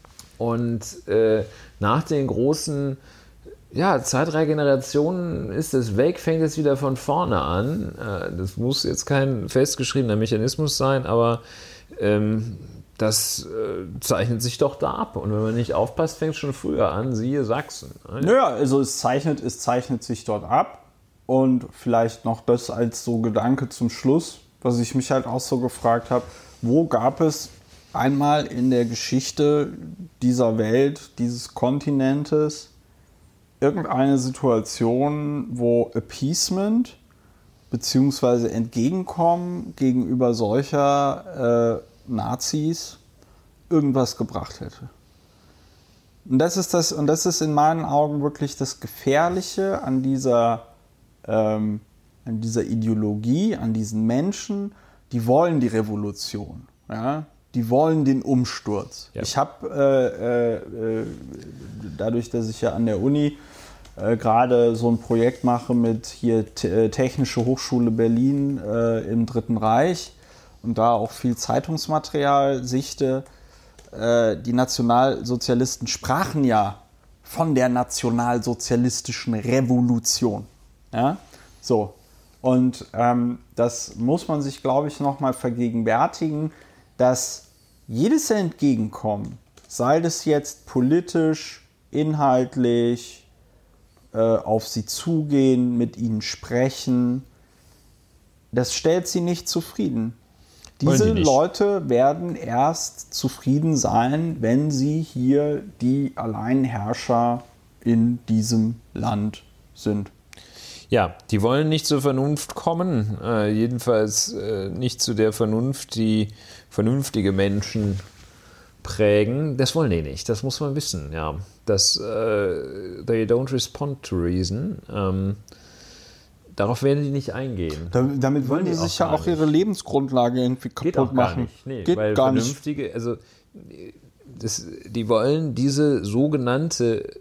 und äh, nach den großen Ja, zwei, drei Generationen ist es weg, fängt es wieder von vorne an. Das muss jetzt kein festgeschriebener Mechanismus sein, aber ähm, das äh, zeichnet sich doch da ab. Und wenn man nicht aufpasst, fängt es schon früher an, siehe Sachsen. Naja, also es zeichnet, es zeichnet sich dort ab. Und vielleicht noch das als so Gedanke zum Schluss, was ich mich halt auch so gefragt habe, wo gab es einmal in der Geschichte dieser Welt, dieses Kontinentes, irgendeine Situation, wo Appeasement bzw. Entgegenkommen gegenüber solcher äh, Nazis irgendwas gebracht hätte. Und das ist das, und das ist in meinen Augen wirklich das Gefährliche an dieser, ähm, an dieser Ideologie, an diesen Menschen, die wollen die Revolution, ja? Die wollen den Umsturz. Ja. Ich habe äh, äh, dadurch, dass ich ja an der Uni äh, gerade so ein Projekt mache mit hier T- Technische Hochschule Berlin äh, im Dritten Reich und da auch viel Zeitungsmaterial sichte, äh, die Nationalsozialisten sprachen ja von der nationalsozialistischen Revolution. Ja? So. Und ähm, das muss man sich, glaube ich, nochmal vergegenwärtigen, dass jedes Entgegenkommen, sei das jetzt politisch, inhaltlich, äh, auf sie zugehen, mit ihnen sprechen, das stellt sie nicht zufrieden. Diese nicht. Leute werden erst zufrieden sein, wenn sie hier die Alleinherrscher in diesem Land sind. Ja, die wollen nicht zur Vernunft kommen, äh, jedenfalls äh, nicht zu der Vernunft, die vernünftige Menschen prägen. Das wollen die nicht, das muss man wissen. Ja, das, äh, they don't respond to reason. Ähm, darauf werden die nicht eingehen. Da, damit wollen die sich ja auch ihre Lebensgrundlage irgendwie kaputt Geht auch machen. Gar nicht. Nee, Geht weil gar vernünftige, also das, die wollen diese sogenannte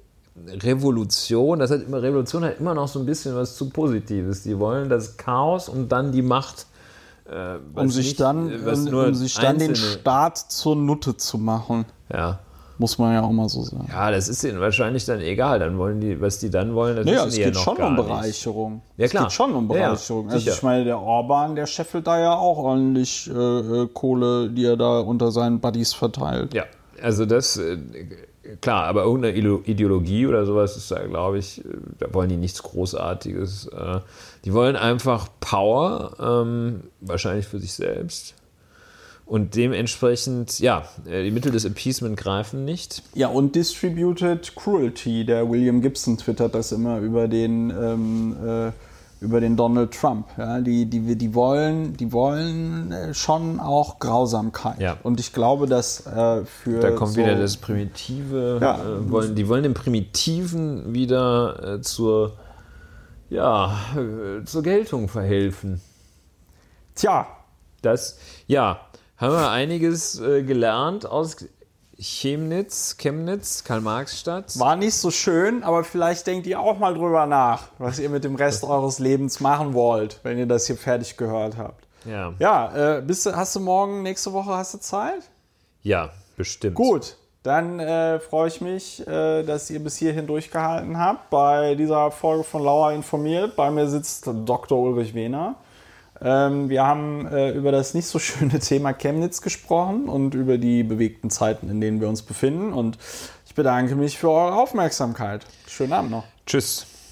Revolution, das hat immer, Revolution hat immer noch so ein bisschen was zu Positives. Die wollen das Chaos und dann die Macht. Äh, um sich nicht, dann, um, um sich dann den Staat zur Nutte zu machen. Ja. Muss man ja auch mal so sagen. Ja, das ist ihnen wahrscheinlich dann egal. Dann wollen die, was die dann wollen, das naja, wissen es die ja geht noch schon gar um nicht. Bereicherung. Ja, klar. Es geht schon um Bereicherung. Ja, also ich meine, der Orban, der scheffelt da ja auch ordentlich äh, Kohle, die er da unter seinen Buddies verteilt. Ja, also das, äh, klar, aber irgendeine Ideologie oder sowas ist da, glaube ich, da wollen die nichts Großartiges. Äh, die wollen einfach Power, ähm, wahrscheinlich für sich selbst. Und dementsprechend, ja, die Mittel des Appeasement greifen nicht. Ja, und Distributed Cruelty. Der William Gibson twittert das immer über den, ähm, äh, über den Donald Trump. Ja, die, die, die wollen, die wollen schon auch Grausamkeit. Ja. Und ich glaube, dass äh, für Da kommt so wieder das Primitive. Ja. Äh, wollen, die wollen dem Primitiven wieder äh, zur, ja, äh, zur Geltung verhelfen. Tja. Das, ja, haben wir einiges äh, gelernt aus Chemnitz, Chemnitz, Karl-Marx-Stadt. War nicht so schön, aber vielleicht denkt ihr auch mal drüber nach, was ihr mit dem Rest eures Lebens machen wollt, wenn ihr das hier fertig gehört habt. Ja, ja äh, bist du, hast du morgen, nächste Woche, hast du Zeit? Ja, bestimmt. Gut, dann äh, freue ich mich, äh, dass ihr bis hierhin durchgehalten habt bei dieser Folge von Lauer informiert. Bei mir sitzt Doktor Ulrich Wehner. Ähm, wir haben äh, über das nicht so schöne Thema Chemnitz gesprochen und über die bewegten Zeiten, in denen wir uns befinden. Und ich bedanke mich für eure Aufmerksamkeit. Schönen Abend noch. Tschüss.